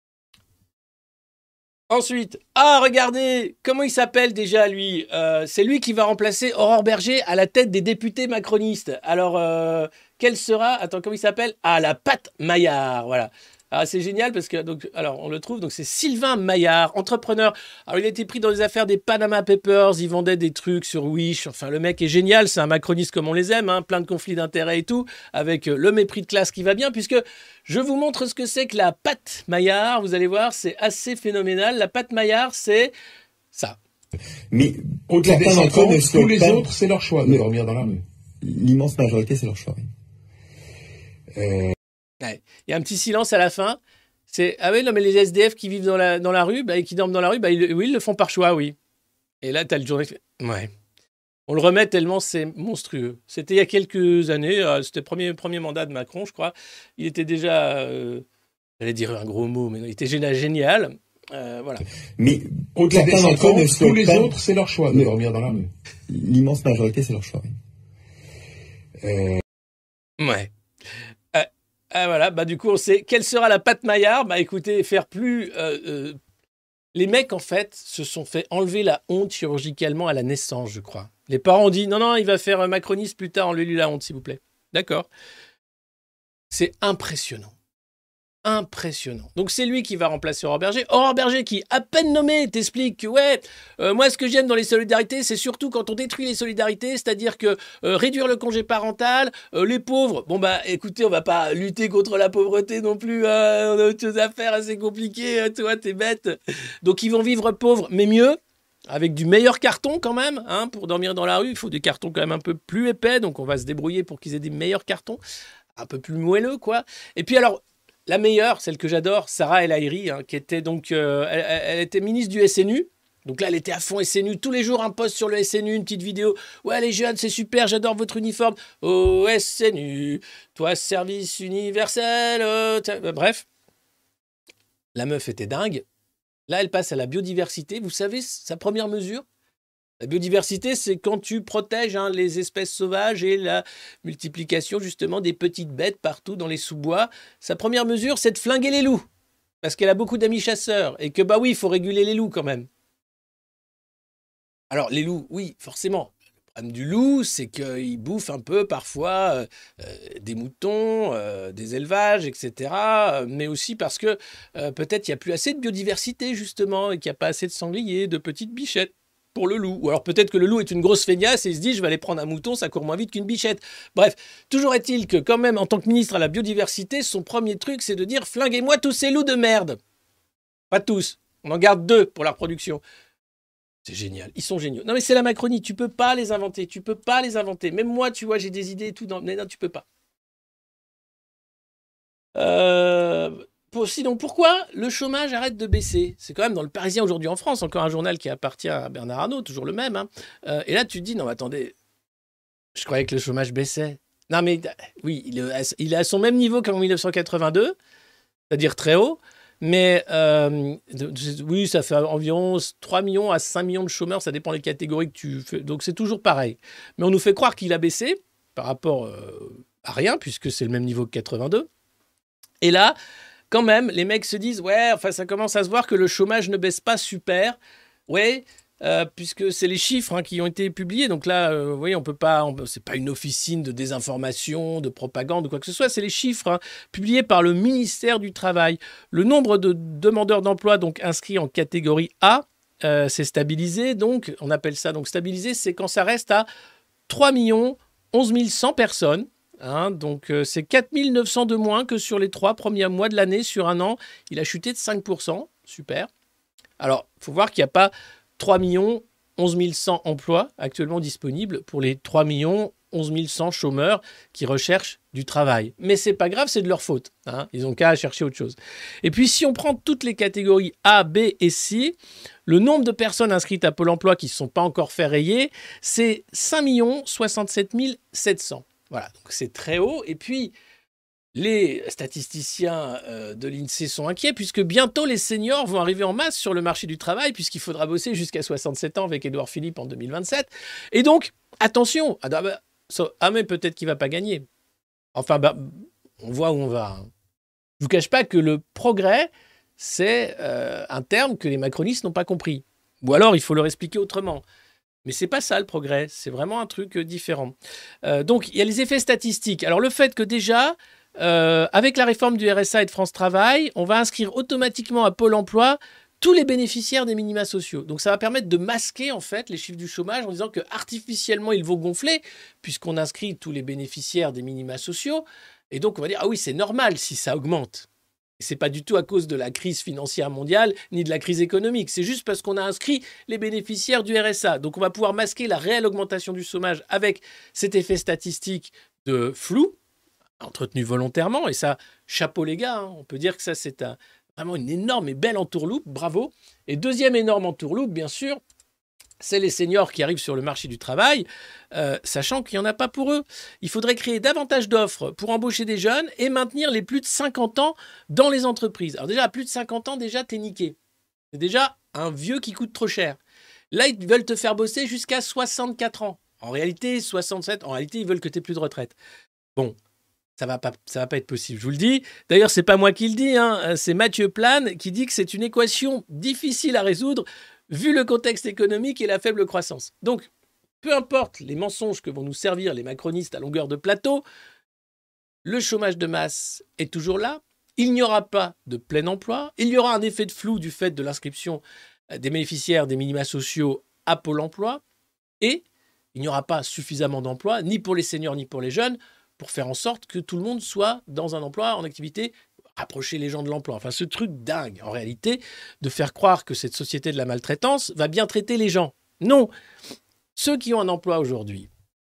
Ensuite, ah, regardez, comment il s'appelle déjà, lui euh, c'est lui qui va remplacer Aurore Berger à la tête des députés macronistes. Alors, euh, quelle sera... Attends, comment il s'appelle ? Ah, la Pat Maillard, voilà. Ah, c'est génial parce que, donc, alors, on le trouve, donc c'est Sylvain Maillard, entrepreneur. Alors, il a été pris dans les affaires des Panama Papers, il vendait des trucs sur Wish. Enfin, le mec est génial, c'est un macroniste comme on les aime, hein, plein de conflits d'intérêts et tout, avec euh, le mépris de classe qui va bien, puisque je vous montre ce que c'est que la pâte Maillard. Vous allez voir, c'est assez phénoménal. La pâte Maillard, c'est ça. Mais Au-delà des certains d'entre eux ne cinquante, tous les souhaitent pas- autres, c'est leur choix de Mais- dormir dans la rue. L'immense majorité, c'est leur choix. oui. Euh, Ouais. Il y a un petit silence à la fin. C'est ah oui, non, mais les S D F qui vivent dans la, dans la rue, bah, et qui dorment dans la rue, bah, ils, oui, ils le font par choix, oui. Et là, tu as le journaliste. Ouais. On le remet tellement c'est monstrueux. C'était il y a quelques années, euh, c'était le premier, premier mandat de Macron, je crois. Il était déjà. Euh, J'allais dire un gros mot, mais non, il était génial. génial. Euh, voilà. Mais Au-delà des certains d'entre eux cinquante, ne tous souhaitent les pas- autres, c'est leur choix de Mais- dormir dans la rue. L'immense majorité, c'est leur choix. oui. Euh, Ouais. Euh, ah, voilà, bah du coup, on sait quelle sera la pâte Maillard. Bah écoutez, faire plus. euh, euh, Les mecs, en fait, se sont fait enlever la honte chirurgicalement à la naissance, je crois. Les parents ont dit non, non, il va faire un macroniste plus tard, enlevez-lui la honte, s'il vous plaît. D'accord. C'est impressionnant. Impressionnant. Donc c'est lui qui va remplacer Aurore Berger. Aurore Berger qui, à peine nommé, t'explique que ouais, euh, moi ce que j'aime dans les solidarités, c'est surtout quand on détruit les solidarités, c'est-à-dire que euh, réduire le congé parental, euh, les pauvres, bon bah écoutez, on va pas lutter contre la pauvreté non plus, euh, on a autre chose à faire, assez compliqué, euh, toi t'es bête. Donc ils vont vivre pauvres, mais mieux, avec du meilleur carton quand même, hein, pour dormir dans la rue, il faut des cartons quand même un peu plus épais, donc on va se débrouiller pour qu'ils aient des meilleurs cartons, un peu plus moelleux quoi. Et puis alors, la meilleure, celle que j'adore, Sarah El Haïry, hein, qui était donc, euh, elle, elle était ministre du S N U. Donc là, elle était à fond S N U. Tous les jours, un post sur le S N U, une petite vidéo. Ouais, les jeunes, c'est super, j'adore votre uniforme. Oh, S N U, toi, service universel. euh, t'as- Bref, la meuf était dingue. Là, elle passe à la biodiversité. Vous savez, sa première mesure, la biodiversité, c'est quand tu protèges hein, les espèces sauvages et la multiplication justement des petites bêtes partout dans les sous-bois. Sa première mesure, c'est de flinguer les loups. Parce qu'elle a beaucoup d'amis chasseurs. Et que bah oui, il faut réguler les loups quand même. Alors les loups, oui, forcément. Le problème du loup, c'est qu'il bouffe un peu parfois euh, euh, des moutons, euh, des élevages, et cetera. Mais aussi parce que euh, peut-être il n'y a plus assez de biodiversité justement et qu'il n'y a pas assez de sangliers, de petites bichettes pour le loup. Ou alors peut-être que le loup est une grosse feignasse et il se dit je vais aller prendre un mouton, ça court moins vite qu'une bichette. Bref, toujours est-il que quand même en tant que ministre à la biodiversité, son premier truc c'est de dire flinguez-moi tous ces loups de merde. Pas tous, on en garde deux pour la reproduction. C'est génial, ils sont géniaux. Non mais c'est la Macronie, tu peux pas les inventer, tu peux pas les inventer. Même moi, tu vois, j'ai des idées et tout, dans... mais non, tu peux pas. Euh... Pour, sinon, pourquoi le chômage arrête de baisser? C'est quand même dans le Parisien aujourd'hui en France, encore un journal qui appartient à Bernard Arnault, toujours le même. Hein. Euh, et là, tu te dis, non, mais attendez, je croyais que le chômage baissait. Non, mais oui, il est, il est à son même niveau qu'en mille neuf cent quatre-vingt-deux, c'est-à-dire très haut. Mais euh, oui, ça fait environ trois millions à cinq millions de chômeurs, ça dépend des catégories que tu fais. Donc c'est toujours pareil. Mais on nous fait croire qu'il a baissé par rapport euh, à rien, puisque c'est le même niveau que quatre-vingt-deux. Et là, quand même, les mecs se disent, ouais, enfin, ça commence à se voir que le chômage ne baisse pas super. Ouais, euh, puisque c'est les chiffres hein, qui ont été publiés. Donc là, euh, vous voyez, on peut pas, on, c'est pas une officine de désinformation, de propagande ou quoi que ce soit. C'est les chiffres hein, publiés par le ministère du Travail. Le nombre de demandeurs d'emploi donc inscrits en catégorie A euh, s'est stabilisé. Donc, on appelle ça donc stabilisé, c'est quand ça reste à trois millions onze mille cent personnes. Hein, donc euh, c'est quatre mille neuf cents de moins que sur les trois premiers mois de l'année. Sur un an, il a chuté de cinq pour cent. Super. Alors, il faut voir qu'il n'y a pas trois millions onze mille cent emplois actuellement disponibles pour les trois millions onze mille cent chômeurs qui recherchent du travail. Mais c'est pas grave, c'est de leur faute. Hein, ils n'ont qu'à chercher autre chose. Et puis, si on prend toutes les catégories A, B et C, le nombre de personnes inscrites à Pôle emploi qui ne se sont pas encore fait rayer, c'est cinq millions soixante-sept mille sept cents. Voilà, donc c'est très haut. Et puis, les statisticiens euh, de l'INSEE sont inquiets puisque bientôt les seniors vont arriver en masse sur le marché du travail puisqu'il faudra bosser jusqu'à soixante-sept ans avec Édouard Philippe en deux mille vingt-sept. Et donc, attention, ah, bah, so, ah mais peut-être qu'il ne va pas gagner. Enfin, bah, on voit où on va. Hein. Je ne vous cache pas que le progrès, c'est euh, un terme que les macronistes n'ont pas compris. Ou alors, il faut leur expliquer autrement. Mais c'est pas ça le progrès, c'est vraiment un truc différent. Euh, donc il y a les effets statistiques. Alors le fait que déjà euh, avec la réforme du R S A et de France Travail, on va inscrire automatiquement à Pôle emploi tous les bénéficiaires des minima sociaux. Donc ça va permettre de masquer en fait les chiffres du chômage en disant que artificiellement ils vont gonfler puisqu'on inscrit tous les bénéficiaires des minima sociaux. Et donc on va dire ah oui c'est normal si ça augmente. Et c'est pas du tout à cause de la crise financière mondiale ni de la crise économique. C'est juste parce qu'on a inscrit les bénéficiaires du R S A. Donc on va pouvoir masquer la réelle augmentation du chômage avec cet effet statistique de flou entretenu volontairement. Et ça, chapeau les gars. Hein. On peut dire que ça c'est un vraiment une énorme et belle entourloupe, bravo. Et deuxième énorme entourloupe, bien sûr, c'est les seniors qui arrivent sur le marché du travail, euh, sachant qu'il n'y en a pas pour eux. Il faudrait créer davantage d'offres pour embaucher des jeunes et maintenir les plus de cinquante ans dans les entreprises. Alors déjà, à plus de cinquante ans, déjà, t'es niqué. C'est déjà un vieux qui coûte trop cher. Là, ils veulent te faire bosser jusqu'à soixante-quatre ans. En réalité, soixante-sept, en réalité, ils veulent que tu aies plus de retraite. Bon. Ça va pas, ça va pas être possible, je vous le dis. D'ailleurs, c'est pas moi qui le dis, hein. C'est Mathieu Plane qui dit que c'est une équation difficile à résoudre vu le contexte économique et la faible croissance. Donc, peu importe les mensonges que vont nous servir les macronistes à longueur de plateau, le chômage de masse est toujours là. Il n'y aura pas de plein emploi. Il y aura un effet de flou du fait de l'inscription des bénéficiaires des minima sociaux à Pôle emploi. Et il n'y aura pas suffisamment d'emplois, ni pour les seniors, ni pour les jeunes, pour faire en sorte que tout le monde soit dans un emploi, en activité, rapprocher les gens de l'emploi. Enfin, ce truc dingue, en réalité, de faire croire que cette société de la maltraitance va bien traiter les gens. Non. Ceux qui ont un emploi aujourd'hui,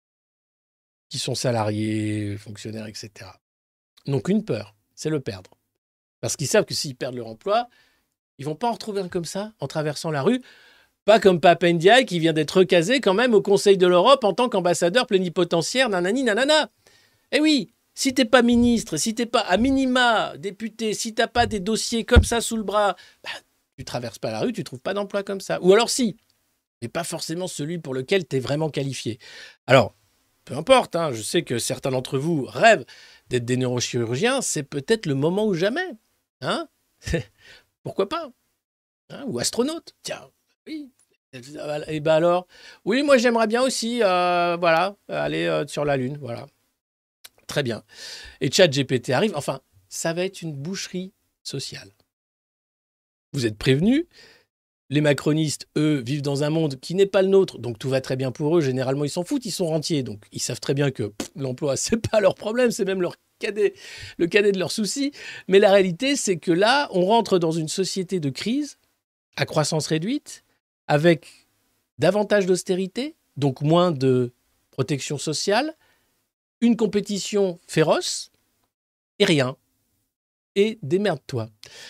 qui sont salariés, fonctionnaires, et cetera, n'ont qu'une peur, c'est le perdre. Parce qu'ils savent que s'ils perdent leur emploi, ils ne vont pas en retrouver un comme ça, en traversant la rue. Pas comme Pape Ndiaye, qui vient d'être recasé quand même au Conseil de l'Europe en tant qu'ambassadeur plénipotentiaire, nanani, nanana. Eh oui, si t'es pas ministre, si t'es pas à minima député, si t'as pas des dossiers comme ça sous le bras, bah, tu traverses pas la rue, tu trouves pas d'emploi comme ça. Ou alors si, mais pas forcément celui pour lequel t'es vraiment qualifié. Alors, peu importe, hein, je sais que certains d'entre vous rêvent d'être des neurochirurgiens, c'est peut-être le moment ou jamais. Hein. Pourquoi pas, hein. Ou astronaute, tiens, oui. Et ben alors, oui, moi j'aimerais bien aussi, euh, voilà, aller euh, sur la Lune, voilà. Très bien. Et ChatGPT arrive. Enfin, ça va être une boucherie sociale. Vous êtes prévenus. Les macronistes, eux, vivent dans un monde qui n'est pas le nôtre, donc tout va très bien pour eux. Généralement, ils s'en foutent, ils sont rentiers. Donc, ils savent très bien que pff, l'emploi, c'est pas leur problème, c'est même leur cadet, le cadet de leurs soucis. Mais la réalité, c'est que là, on rentre dans une société de crise, à croissance réduite, avec davantage d'austérité, donc moins de protection sociale, une compétition féroce et rien. Et démerde-toi.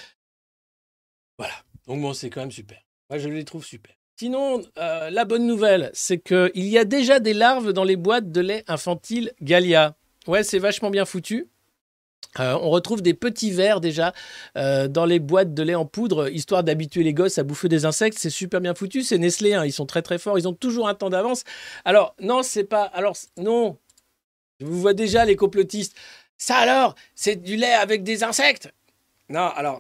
Voilà. Donc bon, c'est quand même super. Moi, je les trouve super. Sinon, euh, la bonne nouvelle, c'est qu'il y a déjà des larves dans les boîtes de lait infantile Gallia. Ouais, c'est vachement bien foutu. Euh, on retrouve des petits vers déjà euh, dans les boîtes de lait en poudre, histoire d'habituer les gosses à bouffer des insectes. C'est super bien foutu. C'est Nestlé, hein, ils sont très très forts. Ils ont toujours un temps d'avance. Alors, non, c'est pas... Alors, non. Je vous vois déjà les complotistes. Ça alors, c'est du lait avec des insectes? Non, alors...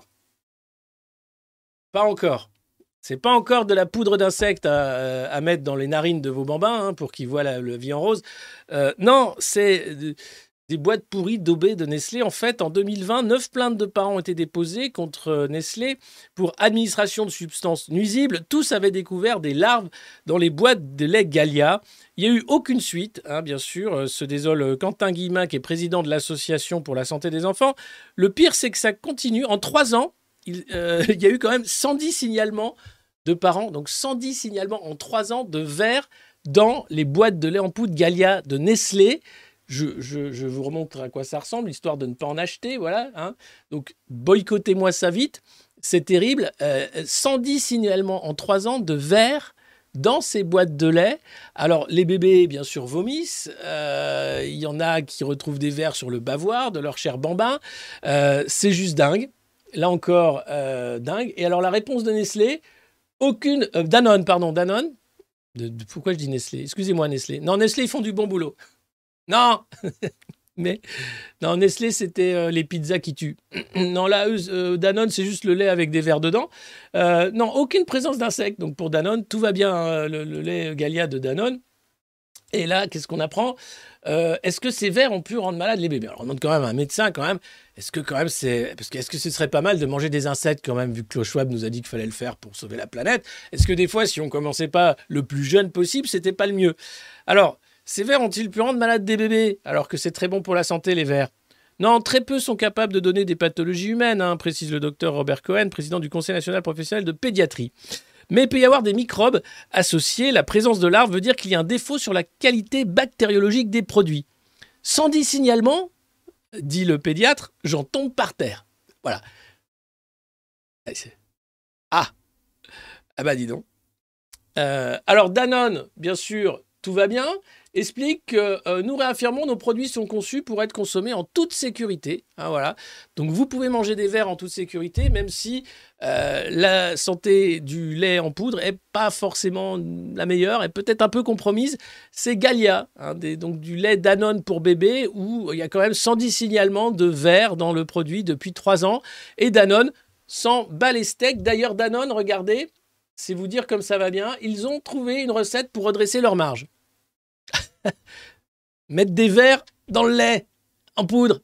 Pas encore. C'est pas encore de la poudre d'insectes à, à mettre dans les narines de vos bambins hein, pour qu'ils voient la, la vie en rose. Euh, non, c'est... Des boîtes pourries daubées de Nestlé. En fait, en deux mille vingt, neuf plaintes de parents ont été déposées contre Nestlé pour administration de substances nuisibles. Tous avaient découvert des larves dans les boîtes de lait Gallia. Il n'y a eu aucune suite, hein, bien sûr, se désole Quentin Guillemin, qui est président de l'Association pour la santé des enfants. Le pire, c'est que ça continue. En trois ans, il, euh, il y a eu quand même cent dix signalements de parents. Donc cent dix signalements en trois ans de vers dans les boîtes de lait en poudre Gallia de Nestlé. Je, je, je vous remontre à quoi ça ressemble, histoire de ne pas en acheter, voilà. Hein. Donc, boycottez-moi ça vite. C'est terrible. Euh, cent dix signalements en trois ans de vers dans ces boîtes de lait. Alors, les bébés, bien sûr, vomissent. Euh, il y en a qui retrouvent des vers sur le bavoir de leur cher bambin. Euh, c'est juste dingue. Là encore, euh, dingue. Et alors, la réponse de Nestlé, aucune... Euh, Danone, pardon, Danone. De, de, pourquoi je dis Nestlé? Excusez-moi, Nestlé. Non, Nestlé, ils font du bon boulot. Non, mais non, Nestlé, c'était euh, les pizzas qui tuent. Non, là, euh, Danone, c'est juste le lait avec des vers dedans. Euh, non, aucune présence d'insectes. Donc pour Danone, tout va bien, hein, le, le lait Gallia de Danone. Et là, qu'est-ce qu'on apprend? euh, Est-ce que ces vers ont pu rendre malades les bébés? Alors, on demande quand même à un médecin, quand même. Est-ce que quand même c'est... Parce que est-ce que ce serait pas mal de manger des insectes, quand même, vu que Klaus Schwab nous a dit qu'il fallait le faire pour sauver la planète? Est-ce que des fois, si on commençait pas le plus jeune possible, c'était pas le mieux? Alors, ces vers ont-ils pu rendre malades des bébés, alors que c'est très bon pour la santé, les vers? Non, très peu sont capables de donner des pathologies humaines, hein, précise le docteur Robert Cohen, président du Conseil national professionnel de pédiatrie. Mais il peut y avoir des microbes associés. La présence de larves veut dire qu'il y a un défaut sur la qualité bactériologique des produits. Sans dit signalement, dit le pédiatre, j'en tombe par terre. Voilà. Ah Ah bah dis donc. Euh, alors Danone, bien sûr, tout va bien, explique que euh, nous réaffirmons nos produits sont conçus pour être consommés en toute sécurité. Hein, voilà. Donc vous pouvez manger des verres en toute sécurité, même si euh, la santé du lait en poudre est pas forcément la meilleure, est peut-être un peu compromise. C'est Gallia, hein, des, donc du lait Danone pour bébé, où il y a quand même cent dix signalements de verre dans le produit depuis trois ans. Et Danone s'en bat les steaks. D'ailleurs, Danone, regardez, c'est vous dire comme ça va bien, ils ont trouvé une recette pour redresser leur marge. Mettre des verres dans le lait en poudre.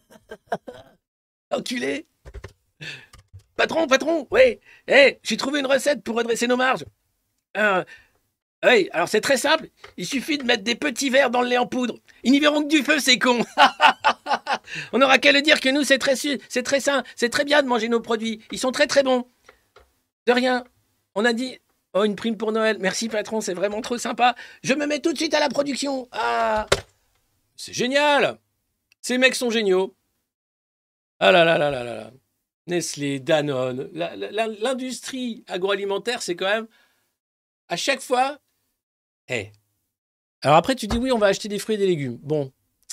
Enculé. Patron, patron, oui. Hey, j'ai trouvé une recette pour redresser nos marges. Euh, oui, alors c'est très simple. Il suffit de mettre des petits verres dans le lait en poudre. Ils n'y verront que du feu, ces cons. On n'aura qu'à le dire que nous, c'est très, c'est très sain. C'est très bien de manger nos produits. Ils sont très, très bons. De rien. On a dit... Oh, une prime pour Noël. Merci, patron, c'est vraiment trop sympa. Je me mets tout de suite à la production. Ah, c'est génial. Ces mecs sont géniaux. Ah là là là là là là. Nestlé, Danone, la, la, l'industrie agroalimentaire, c'est quand même... À chaque fois... Hey. Alors après, tu dis oui, on va acheter des fruits et des légumes. Bon.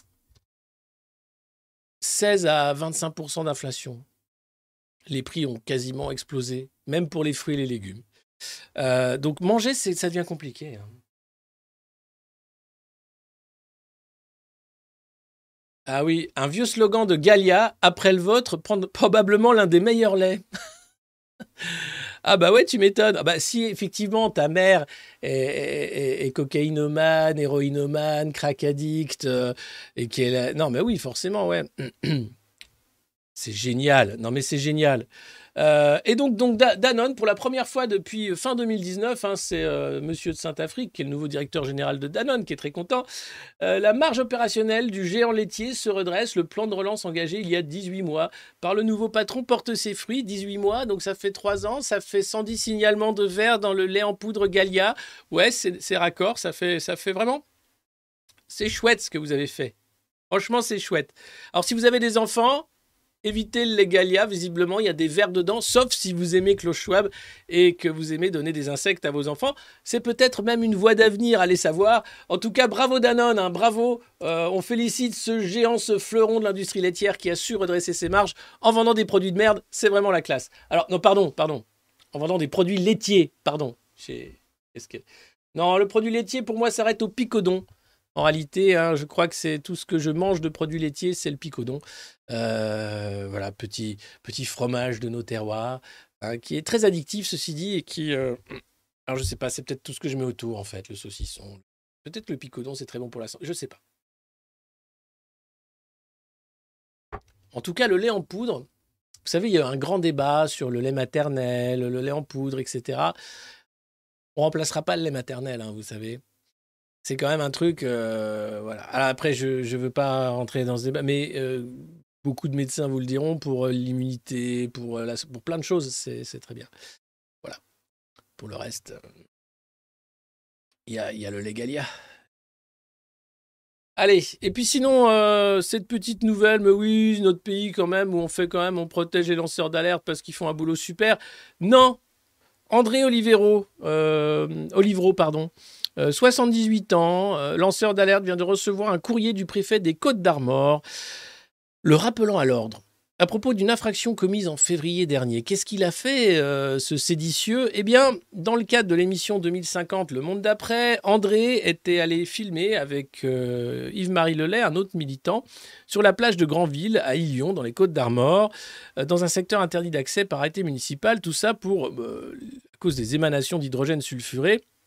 seize à vingt-cinq pour cent d'inflation. Les prix ont quasiment explosé, même pour les fruits et les légumes. Euh, donc manger, c'est, ça devient compliqué. Hein. Ah oui, un vieux slogan de Gallia, après le vôtre, prendre probablement l'un des meilleurs laits. Ah bah ouais, tu m'étonnes. Ah bah si effectivement ta mère est, est, est cocaïnomane, héroïnomane, crack addict, euh, et qu'elle a... Non mais oui, forcément, ouais. C'est génial. Non mais c'est génial. Euh, et donc, donc Danone, pour la première fois depuis fin deux mille dix-neuf, hein, c'est euh, Monsieur de Saint-Afrique, qui est le nouveau directeur général de Danone, qui est très content. Euh, la marge opérationnelle du géant laitier se redresse. Le plan de relance engagé il y a dix-huit mois par le nouveau patron porte ses fruits. dix-huit mois, donc ça fait trois ans. Ça fait cent dix signalements de verre dans le lait en poudre Gallia. Ouais, c'est, c'est raccord. Ça fait, ça fait vraiment... C'est chouette ce que vous avez fait. Franchement, c'est chouette. Alors, si vous avez des enfants... Évitez le lait Gallia, visiblement, il y a des vers dedans, sauf si vous aimez Klaus Schwab et que vous aimez donner des insectes à vos enfants. C'est peut-être même une voie d'avenir, allez savoir. En tout cas, bravo Danone, hein, bravo. Euh, on félicite ce géant, ce fleuron de l'industrie laitière qui a su redresser ses marges en vendant des produits de merde. C'est vraiment la classe. Alors, non, pardon, pardon. En vendant des produits laitiers, pardon. Chez... Est-ce que... Non, le produit laitier, pour moi, s'arrête au picodon. En réalité, hein, je crois que c'est tout ce que je mange de produits laitiers, c'est le picodon. Euh, voilà, petit, petit fromage de nos terroirs, hein, qui est très addictif, ceci dit, et qui... Euh... Alors, je sais pas, c'est peut-être tout ce que je mets autour, en fait, le saucisson. Peut-être le picodon, c'est très bon pour la santé, je sais pas. En tout cas, le lait en poudre, vous savez, il y a un grand débat sur le lait maternel, le lait en poudre, et cetera. On remplacera pas le lait maternel, hein, vous savez. C'est quand même un truc... Euh, voilà. Alors après, je ne veux pas rentrer dans ce débat, mais euh, beaucoup de médecins vous le diront, pour l'immunité, pour, la, pour plein de choses, c'est, c'est très bien. Voilà. Pour le reste, il euh, y, y a le lait Gallia. Allez, et puis sinon, euh, cette petite nouvelle, mais oui, notre pays quand même, où on fait quand même, on protège les lanceurs d'alerte parce qu'ils font un boulot super. Non, André Olivero, euh, Olivero, pardon, Euh, soixante-dix-huit ans, euh, lanceur d'alerte, vient de recevoir un courrier du préfet des Côtes-d'Armor, le rappelant à l'ordre. À propos d'une infraction commise en février dernier, qu'est-ce qu'il a fait, euh, ce séditieux? Eh bien, dans le cadre de l'émission deux mille cinquante, Le Monde d'après, André était allé filmer avec euh, Yves-Marie Lelay, un autre militant, sur la plage de Granville, à Illion, dans les Côtes-d'Armor, euh, dans un secteur interdit d'accès par arrêté municipal, tout ça pour, euh, à cause des émanations d'hydrogène sulfuré.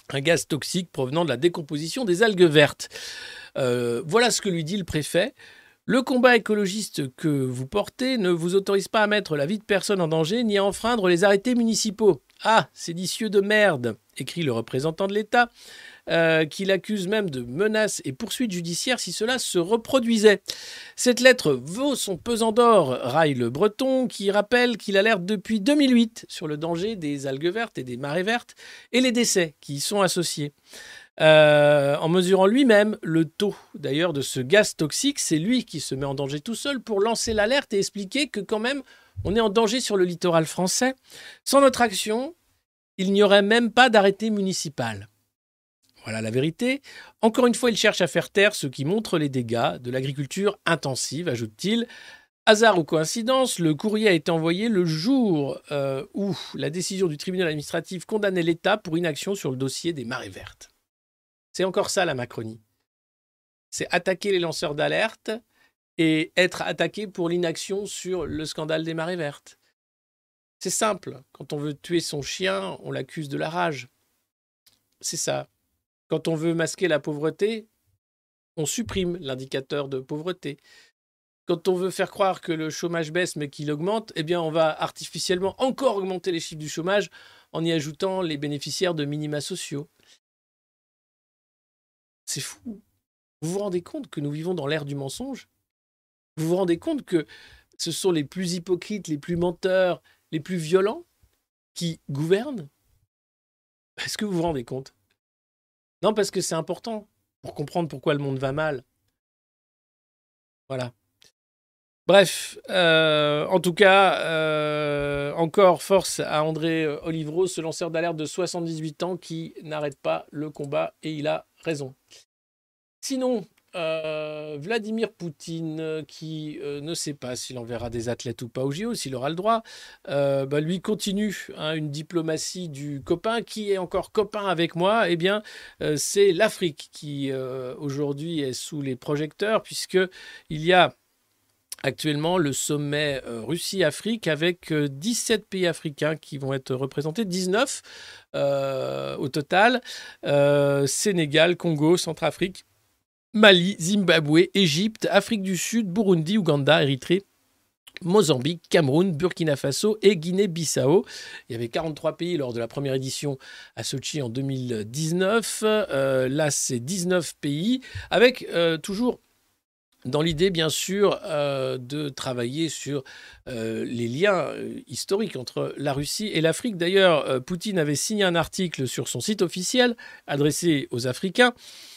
un gaz toxique provenant de la décomposition des algues vertes. Euh, voilà ce que lui dit le préfet. Le combat écologiste que vous portez ne vous autorise pas à mettre la vie de personne en danger ni à enfreindre les arrêtés municipaux. Ah, séditieux de merde, écrit le représentant de l'État, euh, qui l'accuse même de menaces et poursuites judiciaires si cela se reproduisait. Cette lettre vaut son pesant d'or, raille le Breton, qui rappelle qu'il alerte depuis deux mille huit sur le danger des algues vertes et des marées vertes et les décès qui y sont associés. Euh, en mesurant lui-même le taux d'ailleurs de ce gaz toxique, c'est lui qui se met en danger tout seul pour lancer l'alerte et expliquer que quand même on est en danger sur le littoral français. Sans notre action, il n'y aurait même pas d'arrêté municipal. Voilà la vérité. Encore une fois, il cherche à faire taire ce qui montre les dégâts de l'agriculture intensive, ajoute-t-il. Hasard ou coïncidence, le courrier a été envoyé le jour euh, où la décision du tribunal administratif condamnait l'État pour inaction sur le dossier des marées vertes. C'est encore ça la Macronie. C'est attaquer les lanceurs d'alerte et être attaqué pour l'inaction sur le scandale des marées vertes. C'est simple. Quand on veut tuer son chien, on l'accuse de la rage. C'est ça. Quand on veut masquer la pauvreté, on supprime l'indicateur de pauvreté. Quand on veut faire croire que le chômage baisse mais qu'il augmente, eh bien on va artificiellement encore augmenter les chiffres du chômage en y ajoutant les bénéficiaires de minima sociaux. C'est fou. Vous vous rendez compte que nous vivons dans l'ère du mensonge ? Vous vous rendez compte que ce sont les plus hypocrites, les plus menteurs, les plus violents qui gouvernent ? Est-ce que vous vous rendez compte ? Non, parce que c'est important pour comprendre pourquoi le monde va mal. Voilà. Bref, euh, en tout cas, euh, encore force à André Olivreau, ce lanceur d'alerte de soixante-dix-huit ans qui n'arrête pas le combat et il a raison. Sinon, euh, Vladimir Poutine, qui euh, ne sait pas s'il enverra des athlètes ou pas au J O, s'il aura le droit, euh, bah, lui continue hein, une diplomatie du copain. Qui est encore copain avec moi ? Eh bien, euh, c'est l'Afrique qui euh, aujourd'hui est sous les projecteurs, puisqu'il y a actuellement le sommet euh, Russie-Afrique avec euh, dix-sept pays africains qui vont être représentés, dix-neuf euh, au total, euh, Sénégal, Congo, Centrafrique, Mali, Zimbabwe, Égypte, Afrique du Sud, Burundi, Ouganda, Érythrée, Mozambique, Cameroun, Burkina Faso et Guinée-Bissau. Il y avait quarante-trois pays lors de la première édition à Sochi en deux mille dix-neuf. Euh, là, c'est dix-neuf pays avec euh, toujours dans l'idée, bien sûr, euh, de travailler sur euh, les liens euh, historiques entre la Russie et l'Afrique. D'ailleurs, euh, Poutine avait signé un article sur son site officiel adressé aux Africains.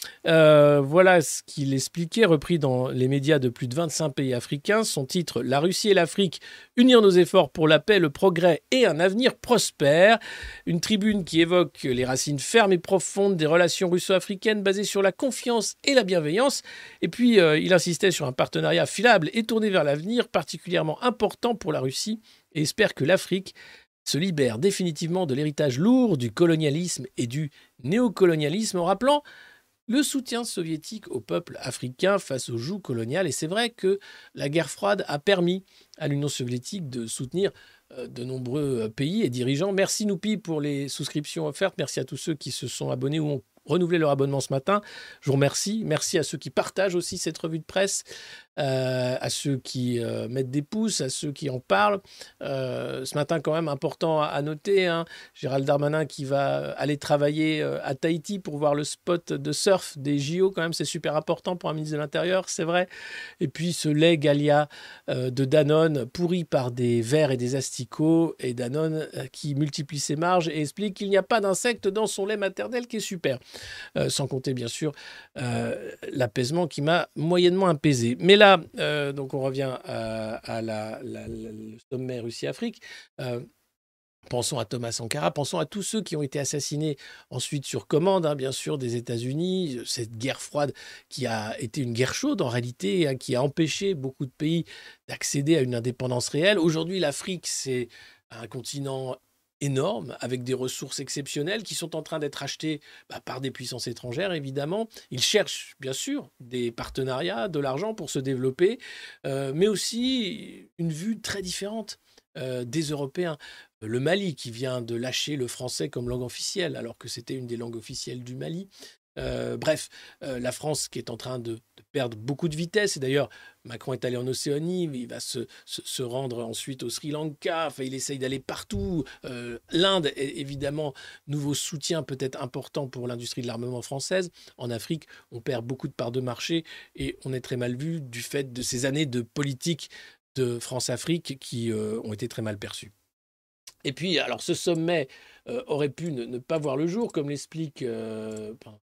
Euh, voilà ce qu'il expliquait, repris dans les médias de plus de vingt-cinq pays africains. Son titre « La Russie et l'Afrique, unir nos efforts pour la paix, le progrès et un avenir prospère ». Une tribune qui évoque les racines fermes et profondes des relations russo-africaines basées sur la confiance et la bienveillance. Et puis, euh, il insiste sur un partenariat fiable et tourné vers l'avenir, particulièrement important pour la Russie, et espère que l'Afrique se libère définitivement de l'héritage lourd du colonialisme et du néocolonialisme, en rappelant le soutien soviétique au peuple africain face au joug colonial. Et c'est vrai que la guerre froide a permis à l'Union soviétique de soutenir de nombreux pays et dirigeants. Merci Noupi pour les souscriptions offertes. Merci à tous ceux qui se sont abonnés ou ont renouvelé leur abonnement ce matin. Je vous remercie. Merci à ceux qui partagent aussi cette revue de presse, euh, à ceux qui euh, mettent des pouces, à ceux qui en parlent. Euh, ce matin, quand même, important à, à noter, hein, Gérald Darmanin qui va aller travailler euh, à Tahiti pour voir le spot de surf des J O. Quand même, c'est super important pour un ministre de l'Intérieur, c'est vrai. Et puis, ce lait Gallia euh, de Danone, pourri par des vers et des asticots, et Danone euh, qui multiplie ses marges et explique qu'il n'y a pas d'insectes dans son lait maternel, qui est super. Euh, sans compter bien sûr euh, l'apaisement qui m'a moyennement apaisé. Mais là, euh, donc on revient à, à la, la, la, le sommet Russie-Afrique. Euh, Pensons à Thomas Sankara, pensons à tous ceux qui ont été assassinés ensuite sur commande, hein, bien sûr, des États-Unis. Cette guerre froide qui a été une guerre chaude en réalité, hein, qui a empêché beaucoup de pays d'accéder à une indépendance réelle. Aujourd'hui, l'Afrique, c'est un continent énorme, avec des ressources exceptionnelles qui sont en train d'être achetées bah, par des puissances étrangères, évidemment. Ils cherchent, bien sûr, des partenariats, de l'argent pour se développer, euh, mais aussi une vue très différente euh, des Européens. Le Mali, qui vient de lâcher le français comme langue officielle, alors que c'était une des langues officielles du Mali. Euh, bref, euh, la France qui est en train de, de perdre beaucoup de vitesse. Et d'ailleurs, Macron est allé en Océanie, il va se, se, se rendre ensuite au Sri Lanka. Enfin, il essaye d'aller partout. Euh, L'Inde est évidemment nouveau soutien peut-être important pour l'industrie de l'armement française. En Afrique, on perd beaucoup de parts de marché et on est très mal vu du fait de ces années de politique de France-Afrique qui euh, ont été très mal perçues. Et puis, alors, ce sommet euh, aurait pu ne, ne pas voir le jour, comme l'explique euh,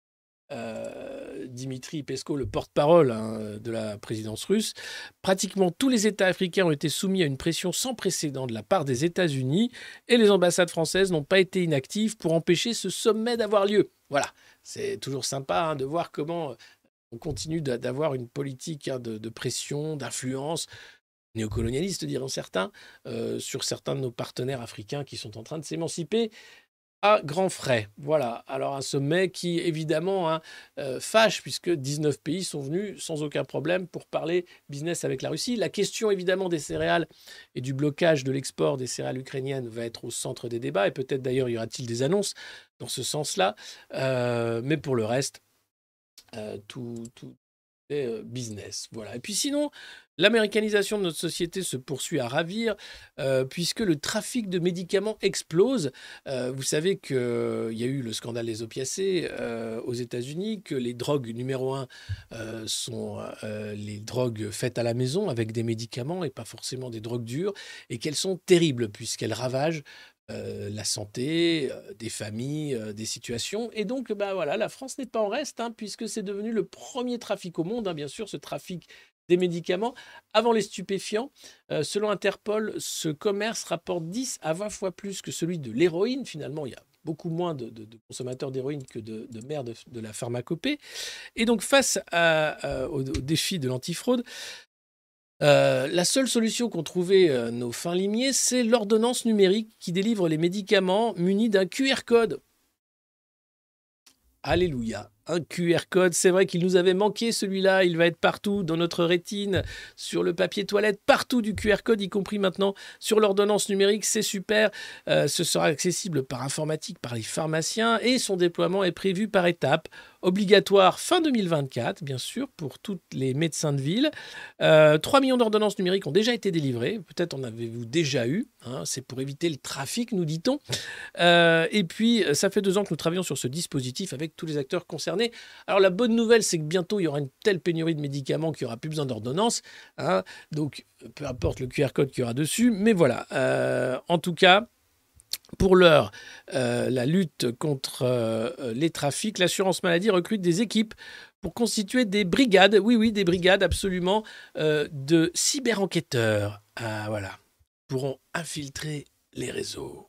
euh, Dimitri Peskov, le porte-parole hein, de la présidence russe. Pratiquement tous les États africains ont été soumis à une pression sans précédent de la part des États-Unis et les ambassades françaises n'ont pas été inactives pour empêcher ce sommet d'avoir lieu. Voilà, c'est toujours sympa hein, de voir comment on continue d'avoir une politique hein, de, de pression, d'influence, néocolonialiste, diront certains, euh, sur certains de nos partenaires africains qui sont en train de s'émanciper à grands frais. Voilà, alors un sommet qui, évidemment, hein, euh, fâche, puisque dix-neuf pays sont venus sans aucun problème pour parler business avec la Russie. La question, évidemment, des céréales et du blocage de l'export des céréales ukrainiennes va être au centre des débats, et peut-être d'ailleurs y aura-t-il des annonces dans ce sens-là. Euh, mais pour le reste, euh, tout... tout business. Voilà. Et puis sinon, l'américanisation de notre société se poursuit à ravir euh, puisque le trafic de médicaments explose. Euh, vous savez qu'il y a eu le scandale des opiacés euh, aux États-Unis, que les drogues numéro un euh, sont euh, les drogues faites à la maison avec des médicaments et pas forcément des drogues dures, et qu'elles sont terribles puisqu'elles ravagent Euh, la santé, euh, des familles, euh, des situations. Et donc, bah, voilà, la France n'est pas en reste, hein, puisque c'est devenu le premier trafic au monde, hein, bien sûr, ce trafic des médicaments. Avant les stupéfiants, euh, selon Interpol, ce commerce rapporte dix à vingt fois plus que celui de l'héroïne. Finalement, il y a beaucoup moins de, de, de consommateurs d'héroïne que de, de maires de, de la pharmacopée. Et donc, face à, à, au, au défi de l'antifraude, Euh, la seule solution qu'ont trouvé euh, nos fins limiers, c'est l'ordonnance numérique qui délivre les médicaments munis d'un Q R code. Alléluia, un Q R code, c'est vrai qu'il nous avait manqué celui-là, il va être partout dans notre rétine, sur le papier toilette, partout du Q R code, y compris maintenant sur l'ordonnance numérique, c'est super. Euh, ce sera accessible par informatique, par les pharmaciens et son déploiement est prévu par étapes. Obligatoire fin deux mille vingt-quatre, bien sûr, pour tous les médecins de ville. Euh, trois millions d'ordonnances numériques ont déjà été délivrées. Peut-être en avez-vous déjà eu. Hein, c'est pour éviter le trafic, nous dit-on. Euh, et puis, ça fait deux ans que nous travaillons sur ce dispositif avec tous les acteurs concernés. Alors, la bonne nouvelle, c'est que bientôt, il y aura une telle pénurie de médicaments qu'il n'y aura plus besoin d'ordonnances. Hein, donc, peu importe le Q R code qu'il y aura dessus. Mais voilà, euh, en tout cas... Pour l'heure, euh, la lutte contre euh, les trafics, l'assurance maladie recrute des équipes pour constituer des brigades, oui, oui, des brigades absolument, euh, de cyber-enquêteurs. Ah, voilà, pourront infiltrer les réseaux.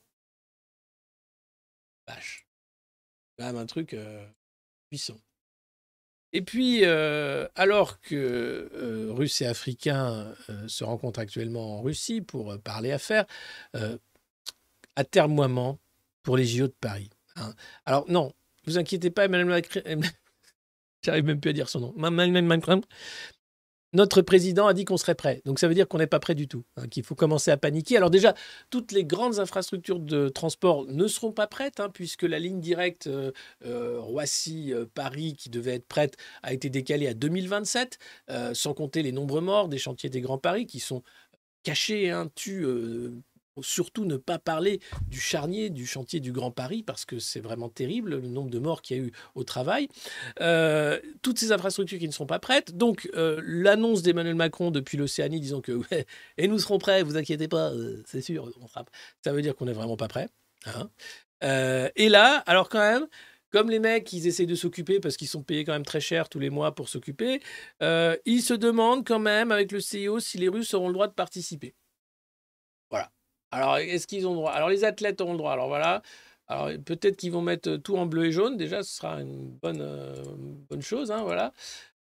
Vache. Quand même un truc euh, puissant. Et puis, euh, alors que euh, Russes et Africains euh, se rencontrent actuellement en Russie pour euh, parler affaires, euh, atermoiement pour les J O de Paris. Hein. Alors, non, vous inquiétez pas, Emmanuel Macron, j'arrive même plus à dire son nom. Emmanuel Macron, notre président a dit qu'on serait prêt. Donc, ça veut dire qu'on n'est pas prêt du tout, hein, qu'il faut commencer à paniquer. Alors déjà, toutes les grandes infrastructures de transport ne seront pas prêtes, hein, puisque la ligne directe euh, euh, Roissy-Paris, qui devait être prête, a été décalée à deux mille vingt-sept, euh, sans compter les nombreux morts des chantiers des Grands Paris, qui sont cachés, hein, tués, euh, surtout ne pas parler du charnier du chantier du Grand Paris parce que c'est vraiment terrible le nombre de morts qu'il y a eu au travail. Euh, toutes ces infrastructures qui ne sont pas prêtes. Donc euh, l'annonce d'Emmanuel Macron depuis l'Océanie disant que ouais, et nous serons prêts, vous inquiétez pas, euh, c'est sûr, on sera... ça veut dire qu'on n'est vraiment pas prêt. Hein. Euh, et là, alors quand même, comme les mecs, ils essayent de s'occuper parce qu'ils sont payés quand même très cher tous les mois pour s'occuper, euh, ils se demandent quand même avec le C I O si les Russes auront le droit de participer. Voilà. Alors, est-ce qu'ils ont le droit? Alors, les athlètes auront le droit. Alors, voilà. Alors, peut-être qu'ils vont mettre tout en bleu et jaune. Déjà, ce sera une bonne, euh, bonne chose. Hein, voilà.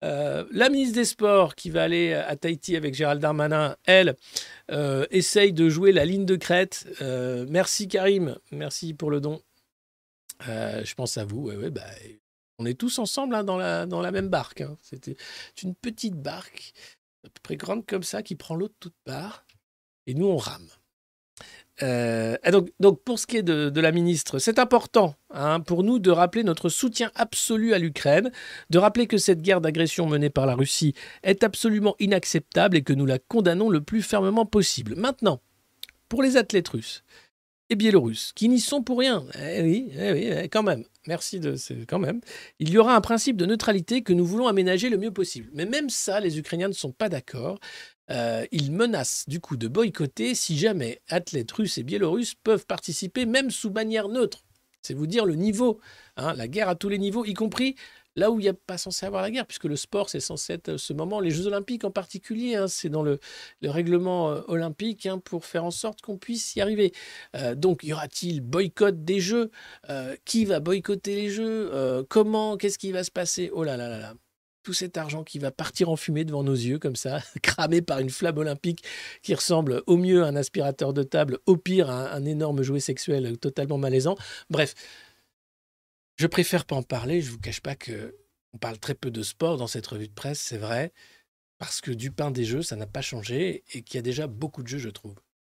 Euh, la ministre des Sports, qui va aller à Tahiti avec Gérald Darmanin, elle, euh, essaye de jouer la ligne de crête. Euh, merci Karim, merci pour le don. Euh, je pense à vous. Ouais, ouais, bah, on est tous ensemble hein, dans, la, dans la même barque. Hein. C'était une petite barque, à peu près grande comme ça, qui prend l'eau de toutes parts. Et nous, on rame. Euh, donc, donc, pour ce qui est de, de la ministre, c'est important hein, pour nous de rappeler notre soutien absolu à l'Ukraine, de rappeler que cette guerre d'agression menée par la Russie est absolument inacceptable et que nous la condamnons le plus fermement possible. Maintenant, pour les athlètes russes et biélorusses, qui n'y sont pour rien, eh oui, eh oui, eh, quand même, merci de quand même, il y aura un principe de neutralité que nous voulons aménager le mieux possible. Mais même ça, les Ukrainiens ne sont pas d'accord. Euh, ils menacent du coup de boycotter si jamais athlètes russes et biélorusses peuvent participer, même sous bannière neutre. C'est vous dire le niveau, hein, la guerre à tous les niveaux, y compris là où il n'y a pas censé avoir la guerre, puisque le sport, c'est censé être ce moment, les Jeux Olympiques en particulier, hein, c'est dans le, le règlement euh, olympique hein, pour faire en sorte qu'on puisse y arriver. Euh, donc, y aura-t-il boycott des Jeux euh, Qui va boycotter les Jeux euh, Comment Qu'est-ce qui va se passer Oh là là là là tout cet argent qui va partir en fumée devant nos yeux, comme ça, cramé par une flamme olympique qui ressemble au mieux à un aspirateur de table, au pire à un, un énorme jouet sexuel totalement malaisant. Bref, je préfère pas en parler. Je ne vous cache pas qu'on parle très peu de sport dans cette revue de presse, c'est vrai, parce que du pain des jeux, ça n'a pas changé et qu'il y a déjà beaucoup de jeux, je trouve.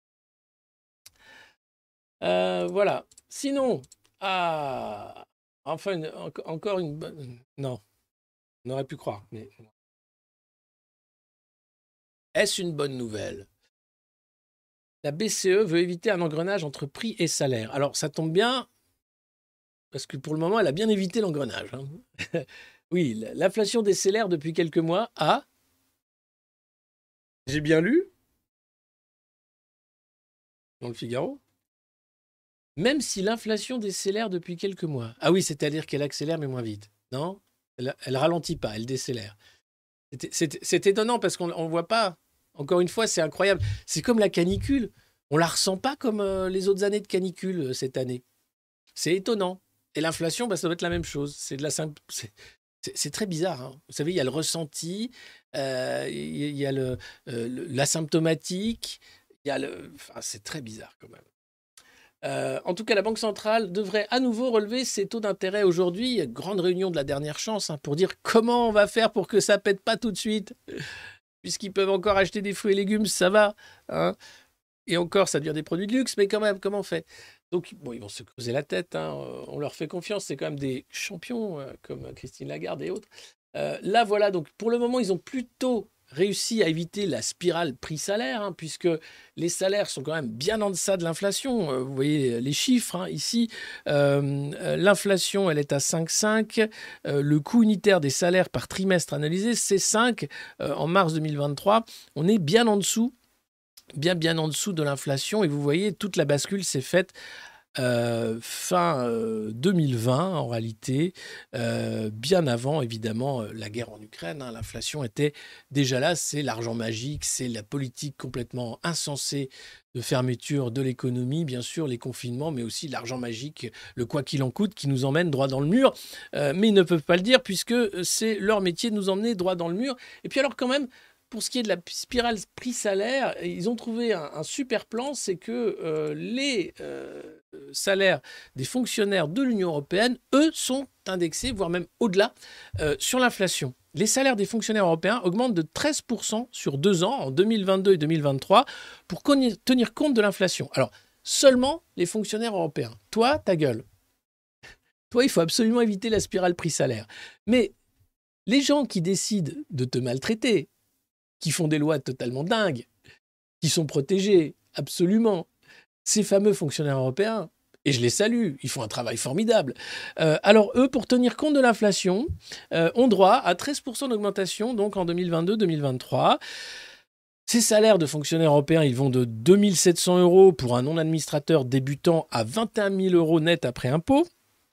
Euh, voilà. Sinon, ah, enfin, une, en, encore une bonne... Non. On aurait pu croire, mais est-ce une bonne nouvelle? La B C E veut éviter un engrenage entre prix et salaire. Alors, ça tombe bien, parce que pour le moment, elle a bien évité l'engrenage. Hein. Oui, l'inflation décélère depuis quelques mois. Ah, j'ai bien lu dans le Figaro. Même si l'inflation décélère depuis quelques mois. Ah oui, c'est-à-dire qu'elle accélère, mais moins vite. Non? Elle, elle ralentit pas, elle décélère. C'est, c'est, c'est étonnant parce qu'on ne voit pas. Encore une fois, c'est incroyable. C'est comme la canicule. On ne la ressent pas comme euh, les autres années de canicule euh, cette année. C'est étonnant. Et l'inflation, bah, ça doit être la même chose. C'est, de la simple... c'est, c'est, c'est très bizarre. Hein. Vous savez, il y a le ressenti, euh, il y a le, euh, l'asymptomatique, il y a le... Enfin, c'est très bizarre quand même. Euh, en tout cas, la Banque centrale devrait à nouveau relever ses taux d'intérêt aujourd'hui. Grande réunion de la dernière chance hein, pour dire comment on va faire pour que ça pète pas tout de suite. Puisqu'ils peuvent encore acheter des fruits et légumes, ça va. Hein. Et encore, ça devient des produits de luxe, mais quand même, comment on fait? Donc, bon, ils vont se creuser la tête. Hein. On leur fait confiance. C'est quand même des champions euh, comme Christine Lagarde et autres. Euh, là, voilà. Donc, pour le moment, ils ont plutôt réussi à éviter la spirale prix-salaire, hein, puisque les salaires sont quand même bien en deçà de l'inflation. Euh, vous voyez les chiffres hein, ici. Euh, l'inflation, elle est à cinq virgule cinq. Euh, le coût unitaire des salaires par trimestre analysé, c'est cinq. Euh, en mars deux mille vingt-trois, on est bien en dessous, bien bien en dessous de l'inflation. Et vous voyez, toute la bascule s'est faite Euh, fin euh, deux mille vingt en réalité, euh, bien avant évidemment la guerre en Ukraine. Hein, l'inflation était déjà là, c'est l'argent magique, c'est la politique complètement insensée de fermeture de l'économie, bien sûr les confinements, mais aussi l'argent magique, le quoi qu'il en coûte qui nous emmène droit dans le mur. Euh, mais ils ne peuvent pas le dire puisque c'est leur métier de nous emmener droit dans le mur. Et puis alors quand même, pour ce qui est de la spirale prix-salaire, ils ont trouvé un, un super plan, c'est que euh, les euh, salaires des fonctionnaires de l'Union européenne, eux, sont indexés, voire même au-delà, euh, sur l'inflation. Les salaires des fonctionnaires européens augmentent de treize pour cent sur deux ans, en deux mille vingt-deux et deux mille vingt-trois, pour tenir compte de l'inflation. Alors, seulement les fonctionnaires européens. Toi, ta gueule. Toi, il faut absolument éviter la spirale prix-salaire. Mais les gens qui décident de te maltraiter, qui font des lois totalement dingues, qui sont protégés, absolument. Ces fameux fonctionnaires européens, et je les salue, ils font un travail formidable. Euh, alors eux, pour tenir compte de l'inflation, euh, ont droit à treize pour cent d'augmentation donc en deux mille vingt-deux deux mille vingt-trois. Ces salaires de fonctionnaires européens, ils vont de deux mille sept cents euros pour un non-administrateur débutant à vingt et un mille euros net après impôt,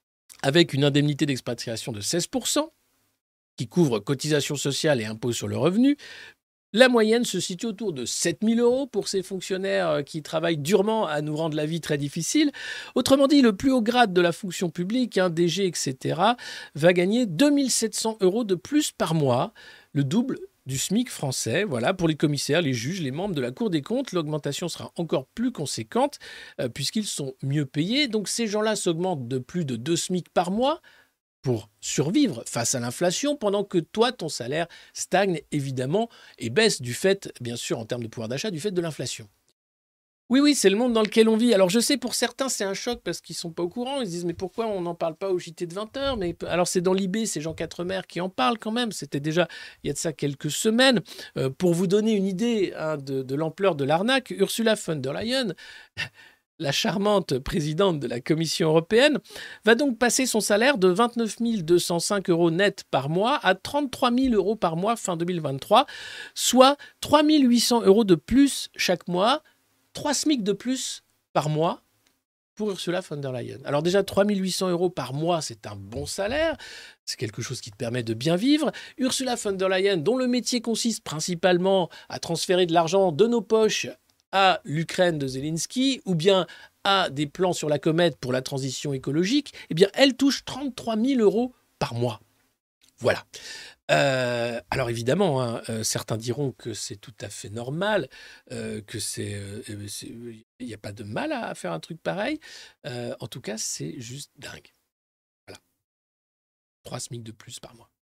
avec une indemnité d'expatriation de seize pour cent, qui couvre cotisations sociales et impôts sur le revenu, La moyenne se situe autour de sept mille euros pour ces fonctionnaires qui travaillent durement à nous rendre la vie très difficile. Autrement dit, le plus haut grade de la fonction publique, hein, D G, et cetera, va gagner deux mille sept cents euros de plus par mois, le double du SMIC français. Voilà, pour les commissaires, les juges, les membres de la Cour des comptes, l'augmentation sera encore plus conséquente euh, puisqu'ils sont mieux payés. Donc ces gens-là s'augmentent de plus de deux SMIC par mois pour survivre face à l'inflation, pendant que toi, ton salaire stagne évidemment et baisse du fait, bien sûr, en termes de pouvoir d'achat, du fait de l'inflation. Oui, oui, c'est le monde dans lequel on vit. Alors je sais, pour certains, c'est un choc parce qu'ils ne sont pas au courant. Ils se disent, mais pourquoi on n'en parle pas au J T de vingt heures? Mais alors c'est dans l'I B, c'est Jean Quatremer qui en parle quand même. C'était déjà il y a de ça quelques semaines. Euh, pour vous donner une idée hein, de, de l'ampleur de l'arnaque, Ursula von der Leyen, la charmante présidente de la Commission européenne, va donc passer son salaire de vingt-neuf mille deux cent cinq euros net par mois à trente-trois mille euros par mois fin deux mille vingt-trois, soit trois mille huit cents euros de plus chaque mois, trois SMIC de plus par mois pour Ursula von der Leyen. Alors déjà, trois mille huit cents euros par mois, c'est un bon salaire, c'est quelque chose qui te permet de bien vivre. Ursula von der Leyen, dont le métier consiste principalement à transférer de l'argent de nos poches à l'Ukraine de Zelensky, ou bien à des plans sur la comète pour la transition écologique, eh bien, elle touche trente-trois mille euros par mois. Voilà. Euh, alors évidemment, hein, euh, certains diront que c'est tout à fait normal, euh, que c'est, euh, il n'y a pas de mal à faire un truc pareil. Euh, en tout cas, c'est juste dingue. Voilà. trois SMIC de plus par mois.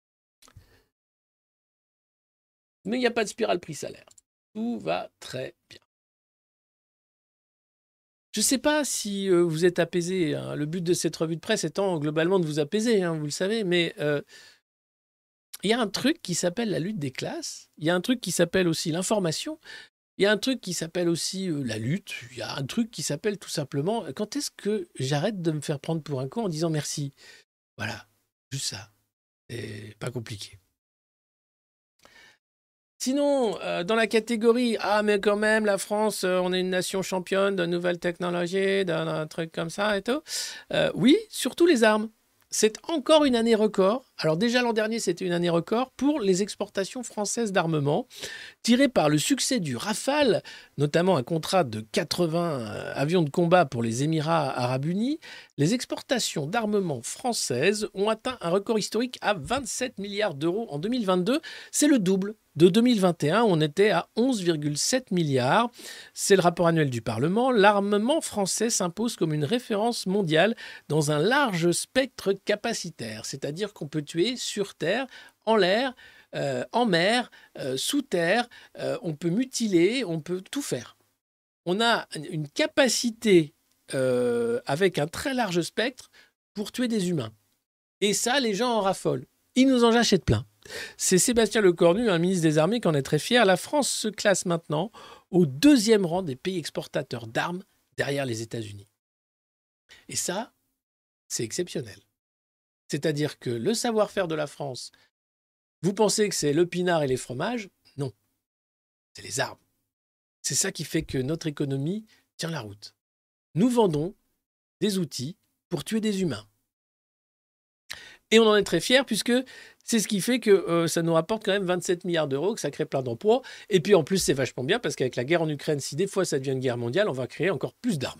Mais il n'y a pas de spirale prix-salaire. Tout va très bien. Je ne sais pas si euh, vous êtes apaisé. Hein. Le but de cette revue de presse étant globalement de vous apaiser, hein, vous le savez. Mais euh, il y a un truc qui s'appelle la lutte des classes. Il y a un truc qui s'appelle aussi l'information. Il y a un truc qui s'appelle aussi euh, la lutte. Il y a un truc qui s'appelle tout simplement quand est-ce que j'arrête de me faire prendre pour un con en disant merci. Voilà, juste ça. C'est pas compliqué. Sinon, euh, dans la catégorie « Ah, mais quand même, la France, euh, on est une nation championne de nouvelles technologies, d'un truc comme ça et tout. Euh, » Oui, surtout les armes. C'est encore une année record. Alors déjà l'an dernier, c'était une année record pour les exportations françaises d'armement, tirées par le succès du Rafale, notamment un contrat de quatre-vingts euh, avions de combat pour les Émirats arabes unis. Les exportations d'armement françaises ont atteint un record historique à vingt-sept milliards d'euros en deux mille vingt-deux. C'est le double de deux mille vingt et un, où on était à onze virgule sept milliards. C'est le rapport annuel du Parlement. L'armement français s'impose comme une référence mondiale dans un large spectre capacitaire, c'est-à-dire qu'on peut tuer sur terre, en l'air, euh, en mer, euh, sous terre, euh, on peut mutiler, on peut tout faire. On a une capacité euh, avec un très large spectre pour tuer des humains. Et ça, les gens en raffolent. Ils nous en achètent plein. C'est Sébastien Lecornu, un ministre des Armées, qui en est très fier. La France se classe maintenant au deuxième rang des pays exportateurs d'armes derrière les États-Unis. Et ça, c'est exceptionnel. C'est-à-dire que le savoir-faire de la France, vous pensez que c'est le pinard et les fromages? Non, c'est les armes. C'est ça qui fait que notre économie tient la route. Nous vendons des outils pour tuer des humains. Et on en est très fiers puisque c'est ce qui fait que euh, ça nous rapporte quand même vingt-sept milliards d'euros, que ça crée plein d'emplois. Et puis en plus, c'est vachement bien parce qu'avec la guerre en Ukraine, si des fois ça devient une guerre mondiale, on va créer encore plus d'armes.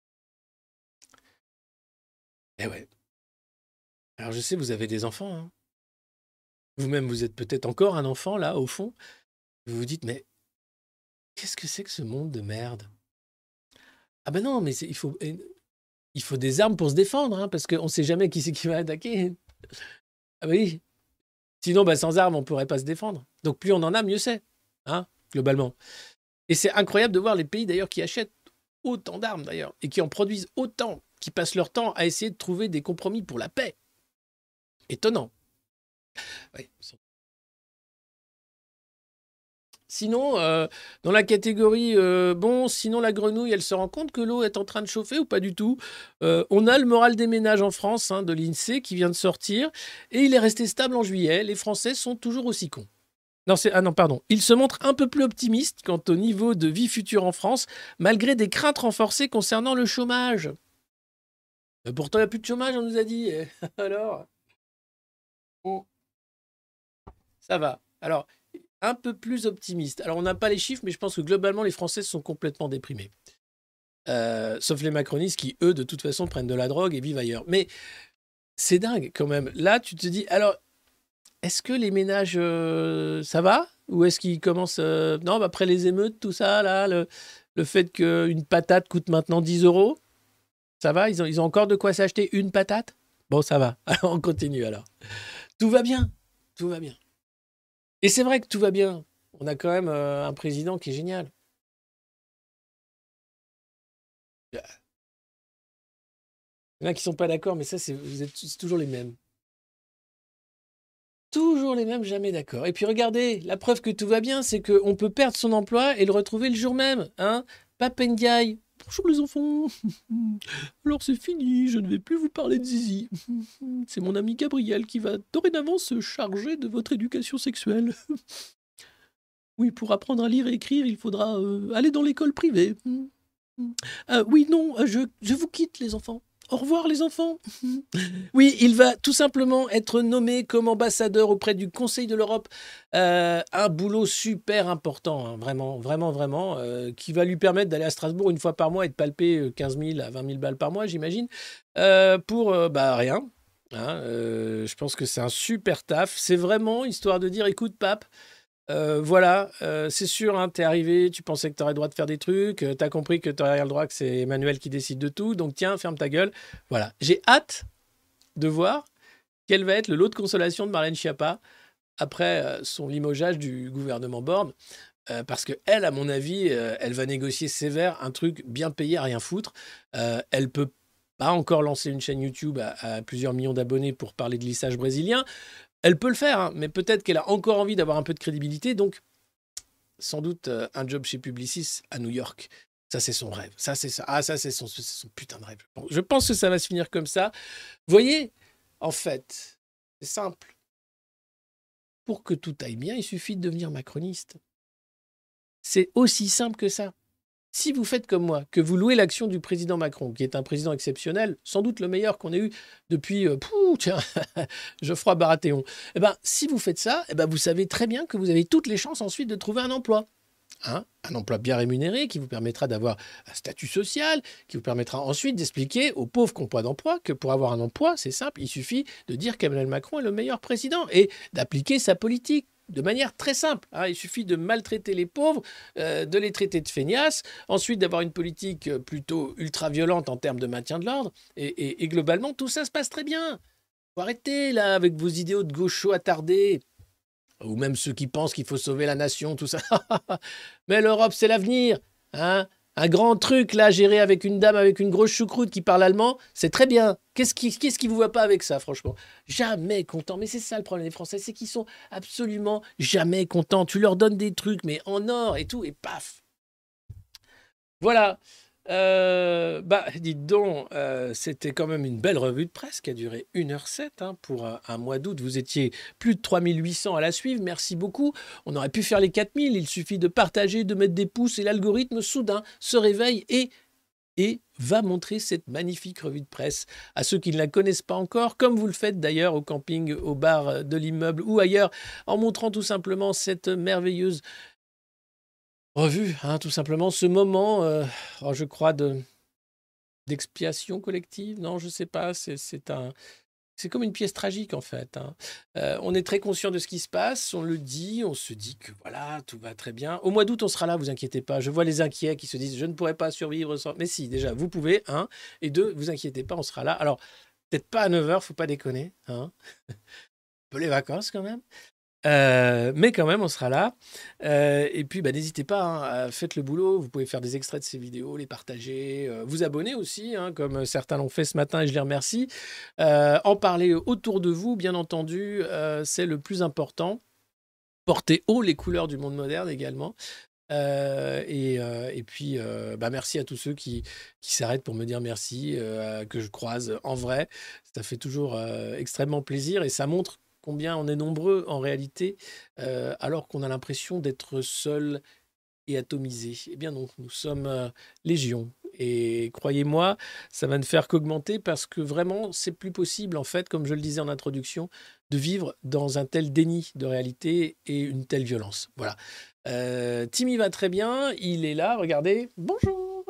Eh ouais. Alors je sais, vous avez des enfants. Hein. Vous-même, vous êtes peut-être encore un enfant là, au fond. Vous vous dites, mais qu'est-ce que c'est que ce monde de merde? Ah ben non, mais il faut, il faut des armes pour se défendre, hein, parce qu'on ne sait jamais qui c'est qui va attaquer. Ah ben oui. Sinon, ben, sans armes, on ne pourrait pas se défendre. Donc plus on en a, mieux c'est, hein, globalement. Et c'est incroyable de voir les pays d'ailleurs qui achètent autant d'armes d'ailleurs, et qui en produisent autant, qui passent leur temps à essayer de trouver des compromis pour la paix. Étonnant. Oui. Sinon, euh, dans la catégorie, euh, bon, sinon la grenouille, elle se rend compte que l'eau est en train de chauffer ou pas du tout. Euh, on a le moral des ménages en France, hein, de l'INSEE, qui vient de sortir, et il est resté stable en juillet. Les Français sont toujours aussi cons. Non, c'est, ah non, pardon. Il se montre un peu plus optimiste quant au niveau de vie future en France, malgré des craintes renforcées concernant le chômage. Mais pourtant, il n'y a plus de chômage, on nous a dit. Alors, oh. Ça va. Alors, un peu plus optimiste. Alors, on n'a pas les chiffres, mais je pense que globalement, les Français sont complètement déprimés. Euh, sauf les macronistes qui, eux, de toute façon, prennent de la drogue et vivent ailleurs. Mais c'est dingue quand même. Là, tu te dis, alors, est-ce que les ménages, euh, ça va? Ou est-ce qu'ils commencent... euh, Non, bah, après les émeutes, tout ça, là, le, le fait qu'une patate coûte maintenant dix euros, ça va? Ils ont, ils ont encore de quoi s'acheter une patate? Bon, ça va. Alors, on continue alors. Tout va bien. Tout va bien. Et c'est vrai que tout va bien. On a quand même euh, un président qui est génial. Il y en a qui sont pas d'accord, mais ça, c'est, vous êtes c'est toujours les mêmes. Toujours les mêmes, jamais d'accord. Et puis regardez, la preuve que tout va bien, c'est qu'on peut perdre son emploi et le retrouver le jour même. Hein. Pape Ndiaye. Bonjour les enfants. Alors c'est fini, je ne vais plus vous parler de zizi. C'est mon ami Gabriel qui va dorénavant se charger de votre éducation sexuelle. Oui, pour apprendre à lire et écrire, il faudra euh, aller dans l'école privée. Euh, oui, non, euh, je, je vous quitte les enfants. Au revoir les enfants. Oui, il va tout simplement être nommé comme ambassadeur auprès du Conseil de l'Europe. Euh, un boulot super important, hein, vraiment, vraiment, vraiment, euh, qui va lui permettre d'aller à Strasbourg une fois par mois et de palper quinze mille à vingt mille balles par mois, j'imagine, euh, pour euh, bah, rien. Hein, euh, je pense que c'est un super taf. C'est vraiment histoire de dire, écoute, pape, Euh, voilà, euh, c'est sûr, hein, t'es arrivé, tu pensais que t'aurais le droit de faire des trucs, euh, t'as compris que t'aurais rien le droit, que c'est Emmanuel qui décide de tout, donc tiens, ferme ta gueule. Voilà, j'ai hâte de voir quel va être le lot de consolation de Marlène Schiappa après euh, son limogeage du gouvernement Borne, euh, parce que elle, à mon avis, euh, elle va négocier sévère un truc bien payé à rien foutre. Euh, elle peut pas encore lancer une chaîne YouTube à, à plusieurs millions d'abonnés pour parler de lissage brésilien. Elle peut le faire, hein, mais peut-être qu'elle a encore envie d'avoir un peu de crédibilité, donc sans doute euh, un job chez Publicis à New York. Ça, c'est son rêve. Ça, c'est ça. Ah, ça, c'est son, c'est son putain de rêve. Je pense que ça va se finir comme ça. Vous voyez, en fait, c'est simple. Pour que tout aille bien, il suffit de devenir macroniste. C'est aussi simple que ça. Si vous faites comme moi, que vous louez l'action du président Macron, qui est un président exceptionnel, sans doute le meilleur qu'on ait eu depuis, euh, pouh, tiens, Geoffroy Baratheon, eh ben, si vous faites ça, eh ben, vous savez très bien que vous avez toutes les chances ensuite de trouver un emploi. Hein, un emploi bien rémunéré qui vous permettra d'avoir un statut social, qui vous permettra ensuite d'expliquer aux pauvres qui n'ont pas d'emploi que pour avoir un emploi, c'est simple, il suffit de dire qu'Emmanuel Macron est le meilleur président et d'appliquer sa politique. De manière très simple. Hein. Il suffit de maltraiter les pauvres, euh, de les traiter de feignasses, ensuite d'avoir une politique plutôt ultra-violente en termes de maintien de l'ordre, et, et, et globalement, tout ça se passe très bien. Faut arrêter, là, avec vos idéaux de gauchos attardés, ou même ceux qui pensent qu'il faut sauver la nation, tout ça. Mais l'Europe, c'est l'avenir. Hein. Un grand truc, là, géré avec une dame avec une grosse choucroute qui parle allemand, c'est très bien. Qu'est-ce qui, qu'est-ce qui vous va pas avec ça, franchement? Jamais content. Mais c'est ça le problème des Français, c'est qu'ils sont absolument jamais contents. Tu leur donnes des trucs, mais en or et tout, et paf. Voilà. Euh, bah, dites donc, euh, c'était quand même une belle revue de presse qui a duré une heure sept hein, pour un, un mois d'août. Vous étiez plus de trois mille huit cents à la suivre. Merci beaucoup. On aurait pu faire les quatre mille. Il suffit de partager, de mettre des pouces et l'algorithme soudain se réveille et, et va montrer cette magnifique revue de presse à ceux qui ne la connaissent pas encore, comme vous le faites d'ailleurs au camping, au bar de l'immeuble ou ailleurs, en montrant tout simplement cette merveilleuse revue, hein, tout simplement, ce moment, euh, oh, je crois, de, d'expiation collective. Non, je ne sais pas, c'est, c'est, un, c'est comme une pièce tragique, en fait. Hein. Euh, on est très conscient de ce qui se passe, on le dit, on se dit que voilà, tout va très bien. Au mois d'août, on sera là, vous inquiétez pas. Je vois les inquiets qui se disent, je ne pourrais pas survivre sans... Mais si, déjà, vous pouvez, un, et deux, vous inquiétez pas, on sera là. Alors, peut-être pas à neuf heures, faut pas déconner. Hein. Un peu les vacances, quand même. Euh, mais quand même, on sera là. Euh, et puis, bah, n'hésitez pas, hein, faites le boulot. Vous pouvez faire des extraits de ces vidéos, les partager, euh, vous abonner aussi, hein, comme certains l'ont fait ce matin et je les remercie. Euh, en parler autour de vous, bien entendu, euh, c'est le plus important. Porter haut les couleurs du monde moderne également. Euh, et, euh, et puis, euh, bah, merci à tous ceux qui, qui s'arrêtent pour me dire merci, euh, que je croise en vrai. Ça fait toujours euh, extrêmement plaisir et ça montre combien on est nombreux en réalité, euh, alors qu'on a l'impression d'être seul et atomisé. Eh bien non, nous sommes euh, légion. Et croyez-moi, ça va ne faire qu'augmenter parce que vraiment, c'est plus possible, en fait, comme je le disais en introduction, de vivre dans un tel déni de réalité et une telle violence. Voilà. Euh, Timmy va très bien, il est là, regardez. Bonjour.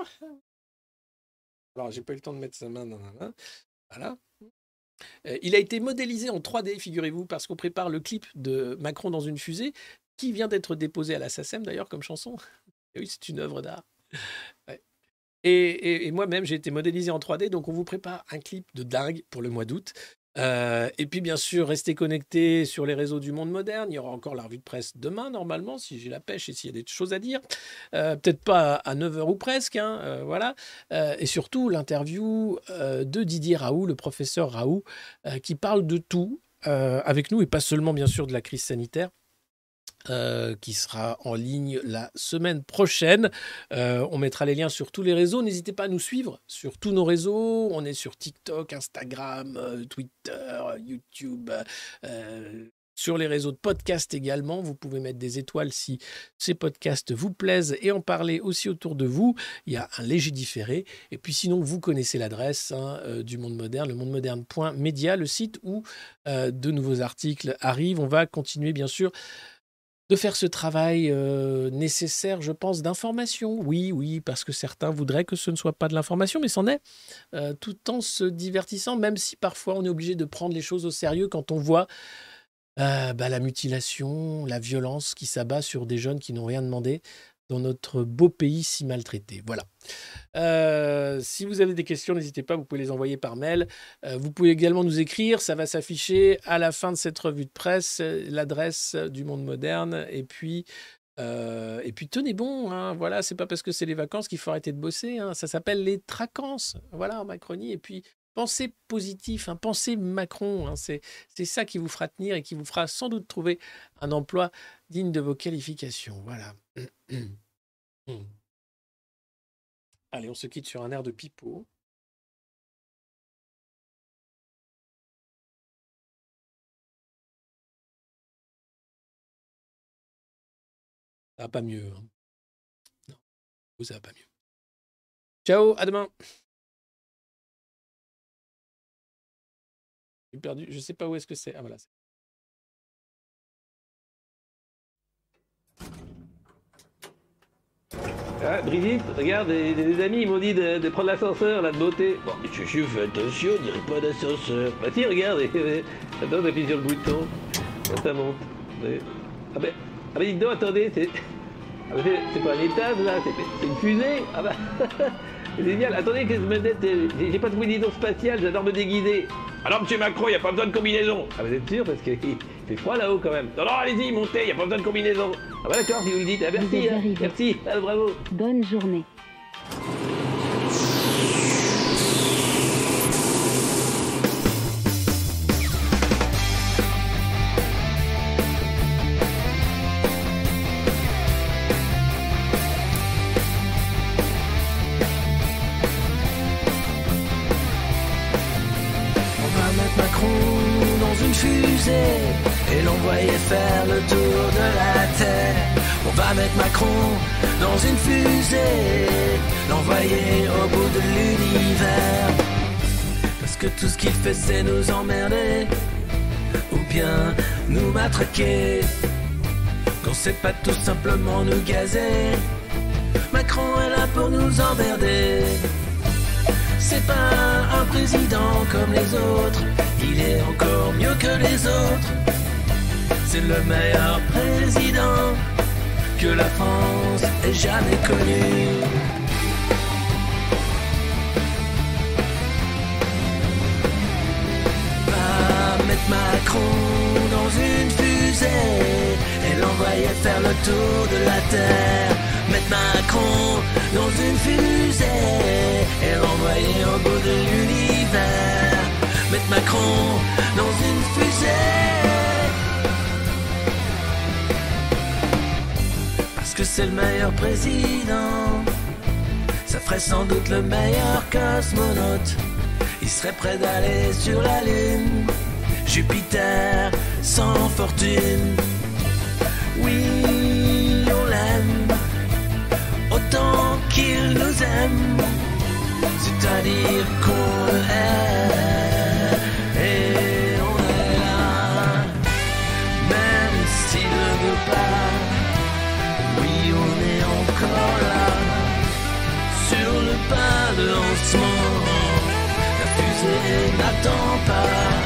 Alors, j'ai pas eu le temps de mettre sa main dans la main. Voilà. Euh, il a été modélisé en trois D, figurez-vous, parce qu'on prépare le clip de Macron dans une fusée, qui vient d'être déposé à la SACEM, d'ailleurs, comme chanson. Et oui, c'est une œuvre d'art. Ouais. Et, et, et moi-même, j'ai été modélisé en trois D, donc on vous prépare un clip de dingue pour le mois d'août. Euh, et puis, bien sûr, restez connectés sur les réseaux du Monde Moderne. Il y aura encore la revue de presse demain, normalement, si j'ai la pêche et s'il y a des choses à dire. Euh, peut-être pas à neuf heures ou presque, hein, euh, voilà. Euh, et surtout, l'interview euh, de Didier Raoult, le professeur Raoult, euh, qui parle de tout euh, avec nous, et pas seulement, bien sûr, de la crise sanitaire. Euh, qui sera en ligne la semaine prochaine. Euh, on mettra les liens sur tous les réseaux. N'hésitez pas à nous suivre sur tous nos réseaux. On est sur TikTok, Instagram, euh, Twitter, YouTube, euh, sur les réseaux de podcast également. Vous pouvez mettre des étoiles si ces podcasts vous plaisent et en parler aussi autour de vous. Il y a un léger différé. Et puis sinon, vous connaissez l'adresse hein, euh, du Monde Moderne, le monde moderne point media, le site où euh, de nouveaux articles arrivent. On va continuer, bien sûr, de faire ce travail euh, nécessaire, je pense, d'information. Oui, oui, parce que certains voudraient que ce ne soit pas de l'information, mais c'en est, euh, tout en se divertissant, même si parfois on est obligé de prendre les choses au sérieux quand on voit euh, bah, la mutilation, la violence qui s'abat sur des jeunes qui n'ont rien demandé dans notre beau pays si maltraité. Voilà. Euh, si vous avez des questions, n'hésitez pas, vous pouvez les envoyer par mail. Euh, vous pouvez également nous écrire, ça va s'afficher à la fin de cette revue de presse, l'adresse du Monde Moderne. Et puis, euh, et puis tenez bon, hein, voilà, c'est pas parce que c'est les vacances qu'il faut arrêter de bosser. Hein, ça s'appelle les tracances, voilà, en Macronie. Et puis, pensez positif, hein, pensez Macron. Hein, c'est, c'est ça qui vous fera tenir et qui vous fera sans doute trouver un emploi digne de vos qualifications. Voilà. Allez, on se quitte sur un air de pipeau. Ça va pas mieux. Hein. Non, ça va pas mieux. Ciao, à demain. J'ai perdu, je sais pas où est-ce que c'est. Ah voilà. Ah, Brigitte, regarde, des, des amis ils m'ont dit de, de prendre l'ascenseur, là, de beauté. Bon, mais je, je fais attention, on dirait pas d'ascenseur. Bah si, regarde, attends, t'appuies sur le bouton, ça monte. Ah ben, ah ben, dites donc, attendez, c'est... Ah ben, c'est, c'est pas un étage, là, c'est, c'est une fusée. Ah bah, c'est génial. Attendez que je me mette, j'ai, j'ai pas de combinaison spatiale, j'adore me déguiser. Alors, monsieur Macron, il n'y a pas besoin de combinaison. Ah, vous êtes sûr? Parce qu'il fait froid là-haut quand même. Non, non, allez-y, montez, il n'y a pas besoin de combinaison. Ah, bah d'accord, si vous le dites. Ah, merci, hein, merci, ah, bravo. Bonne journée. Et l'envoyer faire le tour de la Terre. On va mettre Macron dans une fusée, l'envoyer au bout de l'univers. Parce que tout ce qu'il fait c'est nous emmerder, ou bien nous matraquer. Qu'on sait pas tout simplement nous gazer. Macron est là pour nous emmerder. C'est pas un président comme les autres, il est encore mieux que les autres. C'est le meilleur président que la France ait jamais connu. Va mettre Macron dans une fusée et l'envoyer faire le tour de la Terre. Mettre Macron dans une fusée et l'envoyer au bout de l'univers. Mettre Macron dans une fusée, parce que c'est le meilleur président. Ça ferait sans doute le meilleur cosmonaute. Il serait prêt d'aller sur la Lune, Jupiter sans fortune. Oui, on l'aime autant qu'il nous aime. dire qu'on est. Et on est là, même s'il ne veut pas. Oui, on est encore là, sur le pas de lancement. La fusée n'attend pas.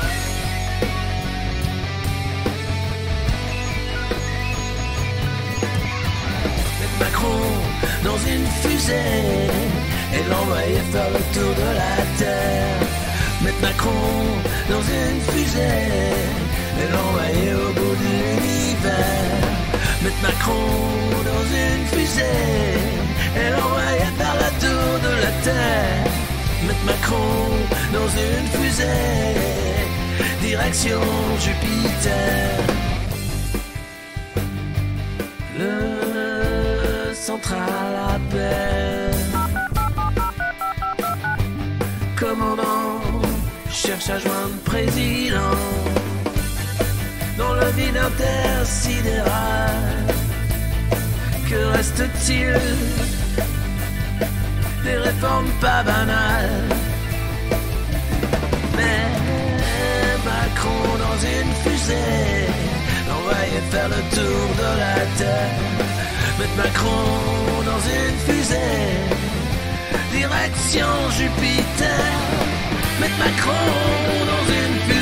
Macron dans une fusée et l'envoyer faire le tour de la Terre. Mettre Macron dans une fusée et l'envoyer au bout de l'univers. Mettre Macron dans une fusée et l'envoyer faire le tour de la Terre. Mettre Macron dans une fusée, direction Jupiter. Le central appelle. Commandant cherche à joindre président. Dans le vide intersidéral, que reste-t-il? Des réformes pas banales. Mais Macron dans une fusée, l'envoyer faire le tour de la Terre. Mettre Macron dans une fusée, direction Jupiter. Mettre Macron dans une fusée.